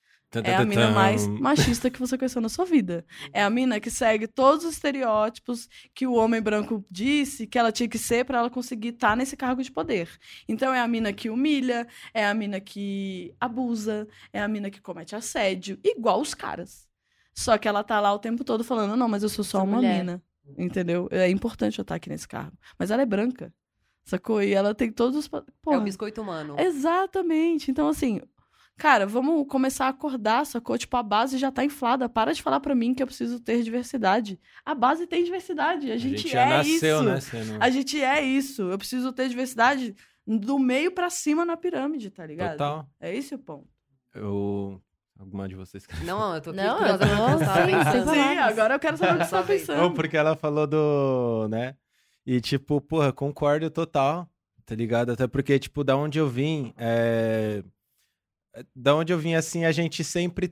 S4: É a mina mais machista que você conheceu na sua vida. É a mina que segue todos os estereótipos que o homem branco disse que ela tinha que ser para ela conseguir estar nesse cargo de poder. Então é a mina que humilha, é a mina que abusa, é a mina que comete assédio, igual os caras. Só que ela tá lá o tempo todo falando, não, mas eu sou só
S2: Sou
S4: uma
S2: mulher.
S4: mina. Entendeu? É importante eu estar aqui nesse cargo. Mas ela é branca. Sacou? E ela tem todos os... pa-
S3: É
S4: Porra.
S3: o biscoito humano.
S4: Exatamente. Então, assim, Cara, vamos começar a acordar, sacou? Tipo, a base já tá inflada. Para de falar pra mim que eu preciso ter diversidade. A base tem diversidade. A gente,
S5: a gente
S4: é
S5: já nasceu,
S4: isso.
S5: né? Sendo...
S4: A gente é isso. Eu preciso ter diversidade do meio pra cima na pirâmide, tá ligado?
S5: Total.
S4: É esse o ponto.
S5: Eu... Alguma de vocês quer...
S3: Não, eu tô aqui
S2: Não,
S3: curiosa
S2: eu
S3: pra
S2: tô-
S3: pensar,
S2: sim,
S3: pensando.
S2: sem falar.
S4: Sim, agora eu quero saber o que você tá pensando.
S5: Ou porque ela falou do... né? E, tipo, porra, concordo total, tá ligado? Até porque, tipo, da onde eu vim, é... da onde eu vim, assim, a gente sempre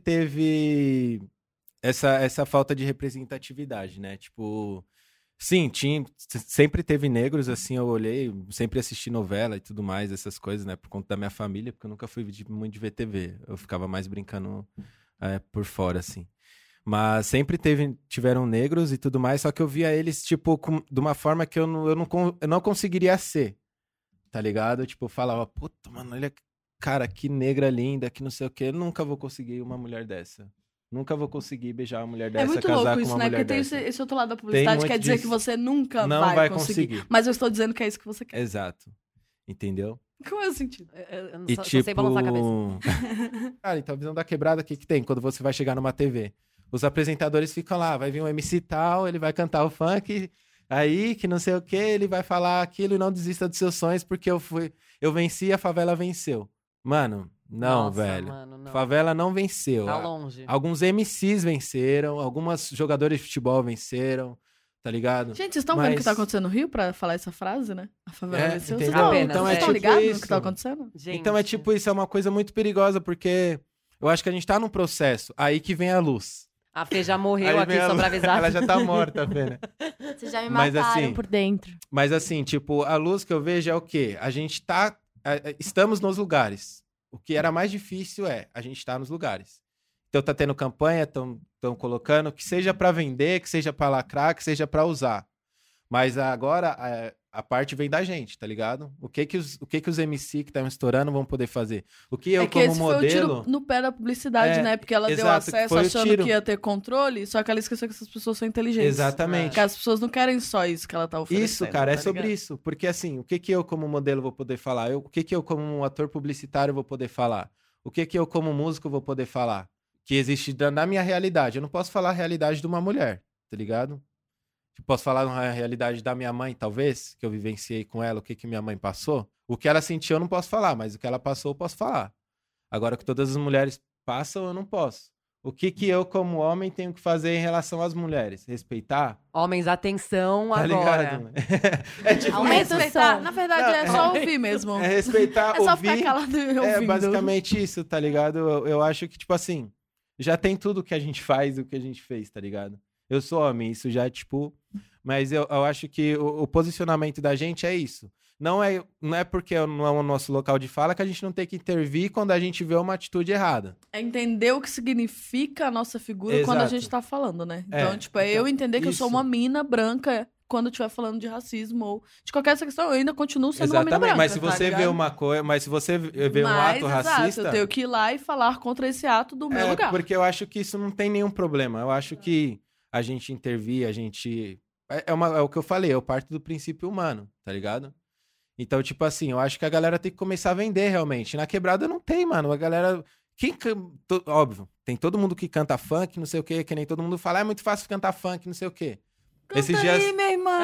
S5: teve essa, essa falta de representatividade, né? Tipo, sim, tinha, sempre teve negros, assim, eu olhei, sempre assisti novela e tudo mais, essas coisas, né? Por conta da minha família, porque eu nunca fui de, muito de ver T V. Eu ficava mais brincando é, por fora, assim. Mas sempre teve, tiveram negros e tudo mais, só que eu via eles, tipo, com, de uma forma que eu não, eu, não, eu não conseguiria ser, tá ligado? Tipo, eu falava, puta, mano, olha, cara, que negra linda, que não sei o quê, eu nunca vou conseguir uma mulher dessa. Nunca vou conseguir beijar uma mulher dessa,
S4: É muito
S5: casar
S4: louco
S5: com
S4: isso,
S5: uma
S4: né?
S5: mulher
S4: Porque tem
S5: dessa.
S4: esse, esse outro lado da publicidade,
S5: muito
S4: quer dizer
S5: disso.
S4: que você nunca
S5: Não
S4: vai,
S5: vai
S4: conseguir.
S5: conseguir.
S4: Mas eu estou dizendo que é isso que você quer.
S5: Exato. Entendeu?
S4: Qual é o sentido?
S3: Eu, eu- eu não
S5: E
S3: só, só
S5: tipo...
S3: sei balançar a cabeça.
S5: Cara, então a visão da quebrada, o que que tem quando você vai chegar numa T V? Os apresentadores ficam lá, vai vir um M C tal, ele vai cantar o funk, aí que não sei o que, ele vai falar aquilo e não desista dos seus sonhos porque eu fui, eu venci, a favela venceu. Mano, não,
S3: Nossa,
S5: velho.
S3: mano, não.
S5: Favela não venceu.
S3: Tá
S5: A-
S3: longe.
S5: Alguns M Cs venceram, algumas jogadores de futebol venceram, tá ligado?
S4: Gente, vocês estão vendo o que
S5: Mas-
S4: tá acontecendo no Rio pra falar essa frase, né? A favela
S5: É,
S4: venceu. Vocês
S5: entendeu?
S4: estão
S3: Apenas,
S4: então,
S3: é.
S4: estão
S3: tipo
S4: ligados no
S5: isso.
S4: que tá acontecendo?
S3: Gente.
S5: Então é tipo, isso é uma coisa muito perigosa, porque eu acho que a gente tá num processo, aí que vem a luz.
S3: A Fê já morreu
S5: Aí
S3: aqui,
S5: vem a
S3: só
S5: luz.
S3: pra avisar.
S5: Ela já tá morta, Fê, né?
S2: Vocês já me
S5: Mas,
S2: mataram
S5: assim,
S2: por dentro.
S5: Mas assim, tipo, a luz que eu vejo é o quê? A gente tá. é, é, Estamos nos lugares. O que era mais difícil é a gente tá nos lugares. Então tá tendo campanha, estão colocando, que seja pra vender, que seja pra lacrar, que seja pra usar. Mas agora a, a parte vem da gente, tá ligado? O que que os, o que que os M C que estão estourando vão poder fazer? O que eu,
S4: é que
S5: como
S4: esse foi o
S5: modelo.
S4: tiro no pé da publicidade,
S5: É,
S4: né? Porque ela deu
S5: exato, que
S4: acesso
S5: foi o
S4: achando
S5: tiro.
S4: que ia ter controle, só que ela esqueceu que essas pessoas são inteligentes.
S5: Exatamente.
S4: Que as pessoas não querem só isso que ela tá oferecendo.
S5: Isso, cara, é
S4: tá
S5: sobre
S4: ligado?
S5: isso. Porque assim, o que que eu como modelo vou poder falar? Eu, o que que eu como um ator publicitário vou poder falar? O que que eu como músico vou poder falar? Que existe da- na minha realidade. Eu não posso falar a realidade de uma mulher, tá ligado? Eu posso falar a realidade da minha mãe, talvez, que eu vivenciei com ela, o que que minha mãe passou. O que ela sentiu eu não posso falar, mas o que ela passou eu posso falar. Agora, o que todas as mulheres passam eu não posso. O que que eu como homem tenho que fazer em relação às mulheres? Respeitar?
S3: Homens, atenção
S5: Tá
S3: agora.
S5: ligado? é tipo
S2: Aumenta
S5: isso.
S2: o
S4: Respeitar,
S2: som.
S4: na verdade, é
S5: Não,
S4: só
S5: é-
S4: ouvir mesmo.
S5: É respeitar,
S4: É só
S5: ouvir.
S4: ficar calado e ouvindo.
S5: É basicamente isso, tá ligado? Eu, eu acho que, tipo assim, já tem tudo que a gente faz, o que a gente fez, tá ligado? Eu sou homem, isso já, tipo... Mas eu, eu acho que o, o posicionamento da gente é isso. Não é, não é porque não é o nosso local de fala que a gente não tem que intervir quando a gente vê uma atitude errada.
S4: É entender o que significa a nossa figura
S5: Exato.
S4: quando a gente tá falando, né?
S5: É,
S4: Então, tipo, é
S5: então,
S4: eu entender que eu sou
S5: isso.
S4: uma mina branca quando eu estiver falando de racismo ou de qualquer essa questão, eu ainda continuo sendo uma mina
S5: Exatamente,
S4: branca,
S5: mas se
S4: tá
S5: você vê
S4: ligado?
S5: uma coisa, mas se você vê um
S4: Mas,
S5: ato
S4: exato,
S5: racista,
S4: eu tenho que ir lá e falar contra esse ato do meu
S5: é,
S4: lugar.
S5: porque eu acho que isso não tem nenhum problema. Eu acho que a gente intervir, a gente é, é, uma- é o que eu falei, eu parto do princípio humano, tá ligado? Então, tipo assim, eu acho que a galera tem que começar a vender realmente. Na quebrada não tem, mano. A galera. Quem can- to- Óbvio, tem todo mundo que canta funk, não sei o quê, que nem todo mundo fala, "Ah, é muito fácil cantar funk, não sei o quê.
S4: Canta
S5: esses
S4: aí,
S5: dias-
S4: meu irmão!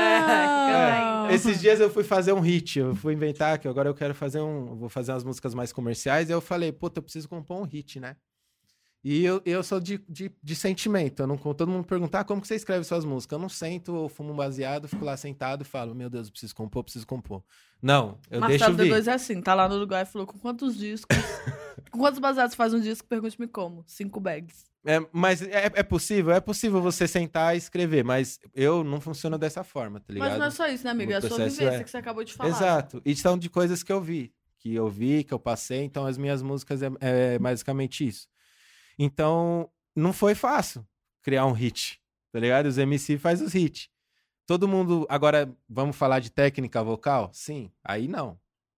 S3: É,
S5: Esses dias eu fui fazer um hit, eu fui inventar que agora eu quero fazer um. eu Vou fazer umas músicas mais comerciais, e eu falei, puta, eu preciso compor um hit, né? E eu, eu sou de, de, de sentimento. Eu não, todo mundo perguntar ah, como que você escreve suas músicas. Eu não sento, eu fumo um baseado, fico lá sentado e falo, meu Deus, eu preciso compor, eu preciso compor. Não, eu deixo
S4: Marcelo D
S5: vir.
S4: dois é assim, tá lá no lugar e falou com quantos discos, com quantos baseados faz um disco, pergunte-me como. Cinco bags.
S5: É, mas é, é possível, é possível você sentar e escrever, mas eu não funciono dessa forma, tá ligado?
S4: Mas não é só isso, né, amigo?
S5: O
S4: É a sua
S5: processo
S4: vivência
S5: é-
S4: que você acabou de falar.
S5: Exato. E são de coisas que eu vi, que eu vi, que eu passei, então as minhas músicas é, é basicamente isso. Então, não foi fácil criar um hit, tá ligado? Os M C faz os hits. Todo mundo, agora, vamos falar de técnica vocal? Sim, aí não.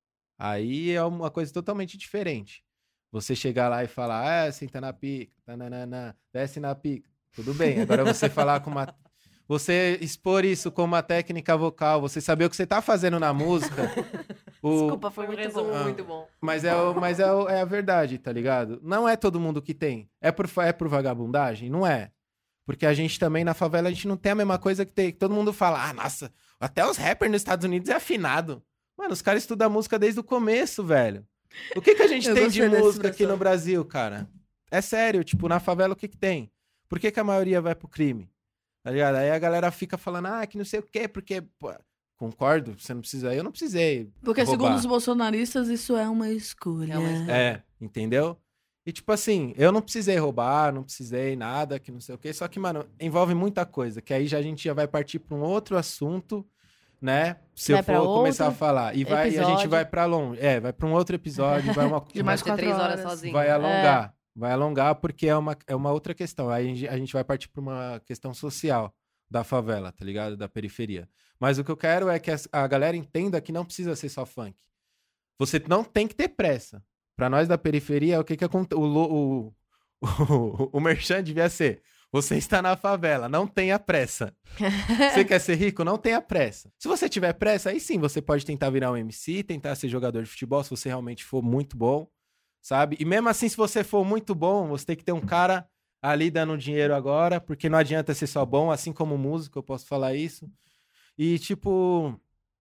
S5: Aí é uma coisa totalmente diferente. Você chegar lá e falar, ah, senta na pica, tananana, desce na pica. Tudo bem. Agora você falar com uma, você expor isso como uma técnica vocal, você saber o que você tá fazendo na música. o...
S2: Desculpa, foi
S3: Foi um
S2: muito
S3: resumo
S2: bom.
S3: muito bom.
S5: Mas, é, o, mas é, o- é a verdade, tá ligado? Não é todo mundo que tem. É por, fa- é por vagabundagem? Não é. Porque a gente também, na favela, a gente não tem a mesma coisa que tem. Todo mundo fala, ah, nossa, até os rappers nos Estados Unidos é afinado. Mano, os caras estudam música desde o começo, velho. O que, que a gente
S4: Eu
S5: tem de
S4: gostei dessa
S5: música aqui
S4: expressão.
S5: no Brasil, cara? É sério, tipo, na favela o que que tem? Por que, que a maioria vai pro crime? Tá ligado? Aí a galera fica falando, ah, que não sei o quê, porque... Pô, concordo, você não precisa... Eu não precisei
S4: Porque,
S5: roubar.
S4: segundo os bolsonaristas, isso é uma escolha.
S3: É uma escolha.
S5: É, entendeu? E tipo assim, eu não precisei roubar, não precisei nada, que não sei o quê. Só que, mano, envolve muita coisa. Que aí já, a gente já vai partir pra um outro assunto, né? Se
S2: Vai
S5: eu
S2: pra
S5: for começar a
S2: outro
S5: falar. E, vai, e a gente
S2: episódio.
S5: vai pra longe. É, vai pra um outro episódio, vai uma...
S4: De mais
S3: Vai ter
S4: quatro
S3: três horas
S4: horas.
S3: sozinho.
S5: Vai alongar. Vai alongar porque é uma, é uma outra questão. Aí a gente- a gente vai partir para uma questão social da favela, tá ligado? Da periferia. Mas o que eu quero é que as- a galera entenda que não precisa ser só funk. Você não tem que ter pressa. Pra nós da periferia, o que que acontece? O, lo- o, o, o merchan devia ser: você está na favela, não tenha pressa. Você quer ser rico? Não tenha pressa. Se você tiver pressa, aí sim, você pode tentar virar um M C, tentar ser jogador de futebol, se você realmente for muito bom, sabe? E mesmo assim, se você for muito bom, você tem que ter um cara ali dando dinheiro agora, porque não adianta ser só bom, assim como músico, eu posso falar isso. E, tipo,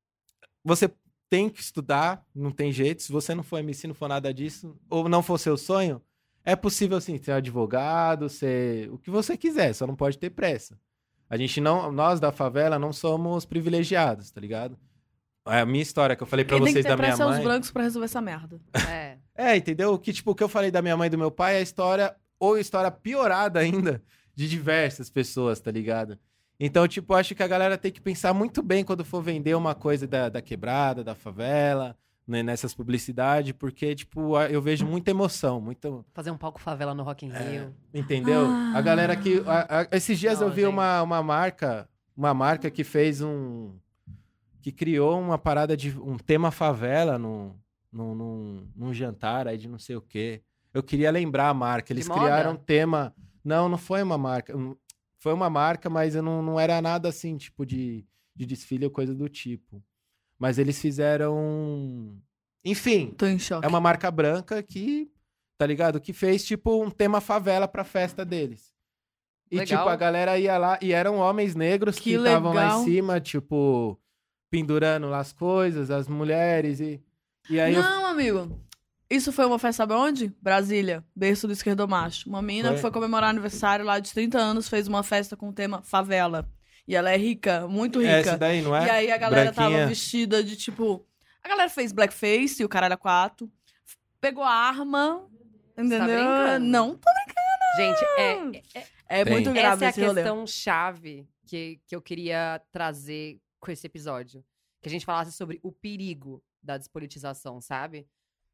S5: você tem que estudar, não tem jeito. Se você não for M C, não for nada disso, ou não for seu sonho, é possível, assim, ser advogado, ser o que você quiser, só não pode ter pressa. A gente não, nós da favela não somos privilegiados, tá ligado? É a minha história que eu falei pra
S4: Quem tem que
S5: vocês
S4: ter
S5: da minha
S4: pressa é os
S5: mãe.
S4: brancos pra resolver essa merda.
S3: É.
S5: É, entendeu? Que, tipo, o que eu falei da minha mãe e do meu pai é a história, ou história piorada ainda, de diversas pessoas, tá ligado? Então, tipo, acho que a galera tem que pensar muito bem quando for vender uma coisa da, da quebrada, da favela, né, nessas publicidades, porque, tipo, a- eu vejo muita emoção, muito...
S3: Fazer um palco favela no Rock in Rio.
S5: Entendeu? A galera que... a- a- esses dias
S3: Não,
S5: eu vi
S3: gente.
S5: uma, uma marca, uma marca que fez um... que criou uma parada de... um tema favela num, num, num, num jantar aí de não sei o quê. Eu queria lembrar a marca. Eles
S3: De moda?
S5: criaram um tema... Não, não foi uma marca. um- Foi uma marca, mas eu não, não era nada assim, tipo, de, de desfile ou coisa do tipo. Mas eles fizeram... Enfim,
S4: Tô em choque.
S5: é uma marca branca que, tá ligado? Que fez, tipo, um tema favela pra festa deles. E,
S3: Legal.
S5: tipo, a galera ia lá e eram homens negros que
S4: Que
S5: estavam lá
S4: legal.
S5: em cima, tipo, pendurando lá as coisas, as mulheres e... E aí eu...
S4: Não, amigo. Isso foi uma festa, sabe onde? Brasília, berço do esquerdomacho. Uma menina
S5: Foi?
S4: que foi comemorar aniversário lá de trinta anos, fez uma festa com o tema favela. E ela é rica, muito rica.
S5: Essa daí, não é?
S4: E aí a galera
S5: Branquinha.
S4: tava vestida de tipo. A galera fez blackface e o caralho a quatro. Pegou a arma. Entendeu?
S3: brincando?
S4: Não tô.
S3: Gente, é, é-
S4: É
S5: Tem.
S4: muito grave
S3: essa é a
S4: esse rolê.
S3: questão chave que, que eu queria trazer com esse episódio. Que a gente falasse sobre o perigo da despolitização, sabe?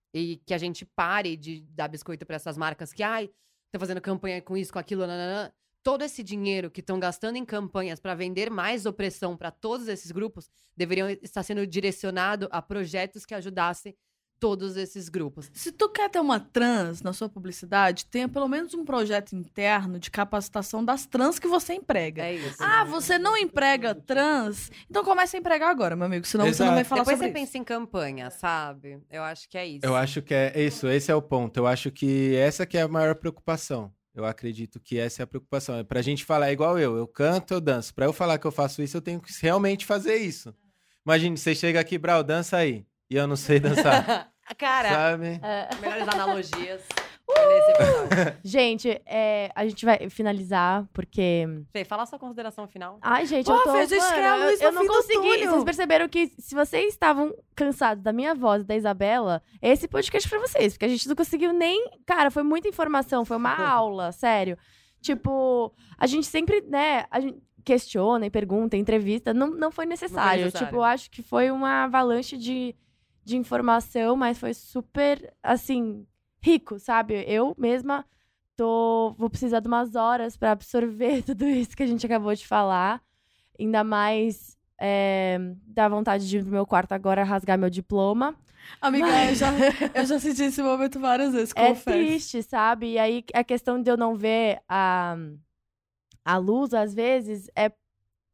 S3: E que a gente pare de dar biscoito pra essas marcas que, ai, tá fazendo campanha com isso, com aquilo, nananã. Todo esse dinheiro que estão gastando em campanhas pra vender mais opressão pra todos esses grupos deveriam estar sendo direcionado a projetos que ajudassem todos esses grupos.
S4: Se tu quer ter uma trans na sua publicidade, tenha pelo menos um projeto interno de capacitação das trans que você emprega.
S3: É isso.
S4: Ah, você não emprega trans? Então comece a empregar agora, meu amigo. Senão você não vai
S5: Exato.
S4: falar
S3: Depois
S4: sobre
S3: você
S4: isso.
S3: pensa em campanha, sabe? Eu acho que é isso.
S5: Eu acho que é isso, esse é o ponto. Eu acho que essa que é a maior preocupação. Eu acredito que essa é a preocupação. É pra gente falar igual eu, eu canto, eu danço. Pra eu falar que eu faço isso, eu tenho que realmente fazer isso. Imagine, você chega aqui, Brau, dança aí. E eu não sei dançar,
S3: Cara,
S5: sabe?
S3: melhores analogias nesse episódio.
S2: Gente, é, a gente vai finalizar, porque...
S3: Fê, fala a sua consideração final.
S2: Ai, gente,
S4: Pô,
S2: eu tô...
S4: fez isso que é a
S2: mano,
S4: luz
S2: eu, eu
S4: no
S2: não
S4: fim do
S2: consegui.
S4: túnel.
S2: Vocês perceberam que se vocês estavam cansados da minha voz e da Isabela, esse podcast é pra vocês. Porque a gente não conseguiu nem... Cara, foi muita informação, foi uma aula, sério. Tipo, a gente sempre, né... A gente questiona e pergunta, entrevista. Não, não foi necessário.
S3: necessário.
S2: Tipo, eu acho que foi uma avalanche de, de informação, mas foi super, assim, rico, sabe? Eu mesma... Tô, vou precisar de umas horas pra absorver tudo isso que a gente acabou de falar. Ainda mais é, dá vontade de ir pro meu quarto agora rasgar meu diploma.
S4: Amiga,
S2: Mas-
S4: eu, já, eu já senti esse momento várias vezes,
S2: É
S4: confesso.
S2: triste, sabe? E aí a questão de eu não ver a, a luz, às vezes, é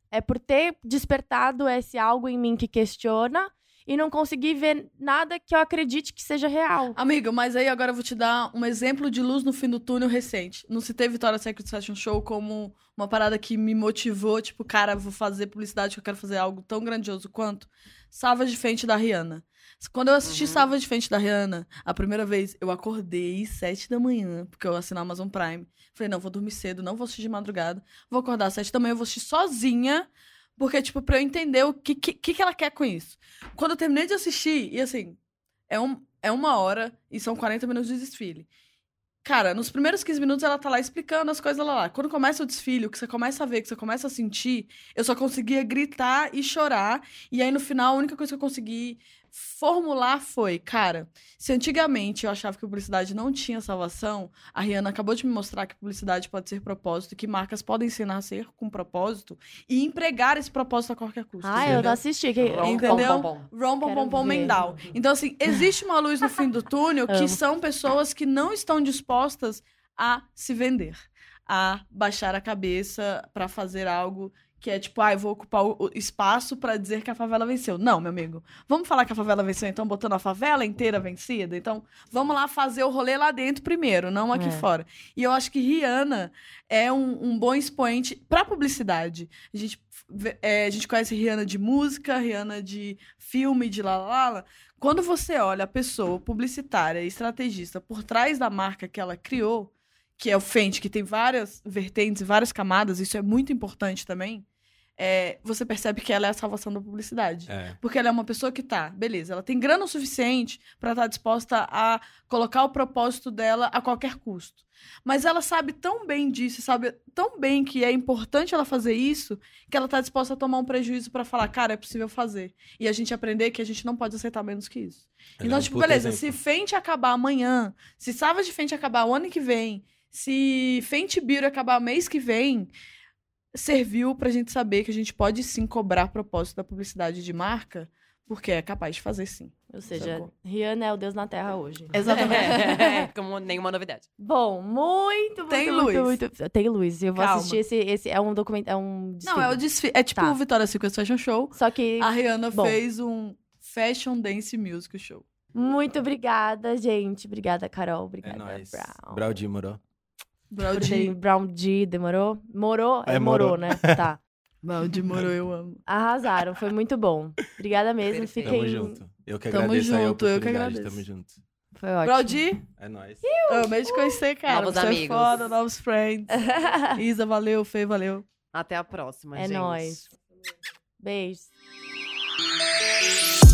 S2: É por ter despertado esse algo em mim que questiona e não conseguir ver nada que eu acredite que seja real.
S4: Amiga, mas aí agora eu vou te dar um exemplo de luz no fim do túnel recente. Não citei Victoria's Secret Fashion Show como uma parada que me motivou, tipo, cara, vou fazer publicidade, que eu quero fazer algo tão grandioso quanto Savage Fenty da Rihanna. Quando eu assisti
S3: Uhum.
S4: Savage Fenty da Rihanna, a primeira vez, eu acordei sete da manhã, porque eu assino a Amazon Prime. Falei, não, vou dormir cedo, não vou assistir de madrugada, vou acordar às sete da manhã, eu vou assistir sozinha, porque, tipo, pra eu entender o que, que, que ela quer com isso. Quando eu terminei de assistir, e assim, é, um, é uma hora e são quarenta minutos de desfile. Cara, nos primeiros quinze minutos ela tá lá explicando as coisas lá, lá. Quando começa o desfile, o que você começa a ver, que você começa a sentir, eu só conseguia gritar e chorar. E aí, no final, a única coisa que eu consegui formular foi, cara, se antigamente eu achava que publicidade não tinha salvação, a Rihanna acabou de me mostrar que publicidade pode ser propósito, que marcas podem se nascer com propósito e empregar esse propósito a qualquer custo.
S2: Ah, eu
S4: entendeu?
S2: não assisti. Que...
S3: Rom,
S4: Entendeu?
S3: pom, pom, pom.
S4: Rom, pom,
S2: Quero
S4: pom, pom,
S2: ver.
S4: Mendal. Então, assim, existe uma luz no fim do túnel que
S2: Amo.
S4: são pessoas que não estão dispostas a se vender, a baixar a cabeça pra fazer algo que é tipo, ah, eu vou ocupar o o espaço pra dizer que a favela venceu. Não, meu amigo. Vamos falar que a favela venceu, então, botando a favela inteira vencida? Então, vamos lá fazer o rolê lá dentro primeiro, não aqui
S2: É.
S4: fora. E eu acho que Rihanna é um, um bom expoente pra publicidade. A gente, vê- é, a gente conhece Rihanna de música, Rihanna de filme, de lalala. Quando você olha a pessoa publicitária e estrategista por trás da marca que ela criou, que é o Fenty, que tem várias vertentes e várias camadas, isso é muito importante também, é, você percebe que ela é a salvação da publicidade.
S5: É.
S4: Porque ela é uma pessoa que tá, beleza, ela tem grana o suficiente pra estar disposta a colocar o propósito dela a qualquer custo. Mas ela sabe tão bem disso, sabe tão bem que é importante ela fazer isso, que ela tá disposta a tomar um prejuízo pra falar, cara, é possível fazer. E a gente aprender que a gente não pode aceitar menos que isso.
S5: Ela é
S4: Então,
S5: um
S4: tipo,
S5: puta
S4: beleza,
S5: exemplo.
S4: se Fenty acabar amanhã, se Savage Fenty acabar o ano que vem, se Fenty Beauty acabar mês que vem, serviu pra gente saber que a gente pode sim cobrar propósito da publicidade de marca, porque é capaz de fazer sim.
S2: Ou seja,
S4: Sacou?
S2: Rihanna é o Deus na Terra hoje.
S4: Exatamente.
S3: É, como nenhuma novidade.
S2: Bom, muito, muito,
S4: Tem
S2: muito,
S4: luz.
S2: muito... Tem luz. Eu vou
S4: Calma.
S2: assistir esse, esse... É um documento... É um desfile.
S4: Não, é o desfile. É tipo
S2: Tá.
S4: o Victoria's Secret Fashion Show.
S2: Só que...
S4: A Rihanna
S2: Bom.
S4: fez um Fashion Dance Music Show.
S2: Muito obrigada, gente. Obrigada, Carol.
S5: É
S2: Obrigada,
S5: nóis.
S2: Brown.
S5: Braudy morou.
S4: Brody.
S2: Brown D, demorou? Morou? É,
S5: É,
S2: morou,
S5: morou.
S2: né? Tá.
S4: Brody morou, eu amo.
S2: Arrasaram, foi muito bom. Obrigada mesmo.
S3: Perfeito.
S2: Fiquem...
S5: Tamo junto. Eu que
S4: Tamo
S5: agradeço aí a
S4: junto, eu que
S5: oportunidade.
S4: agradeço.
S5: Tamo junto.
S2: Foi ótimo.
S4: Brody,
S5: É nóis.
S4: amei te conhecer, cara.
S3: Novos
S4: Você é
S3: amigos.
S4: foda, novos friends. Isa, valeu. Fê, valeu.
S3: Até a próxima,
S2: É
S3: gente.
S2: nóis. Beijos.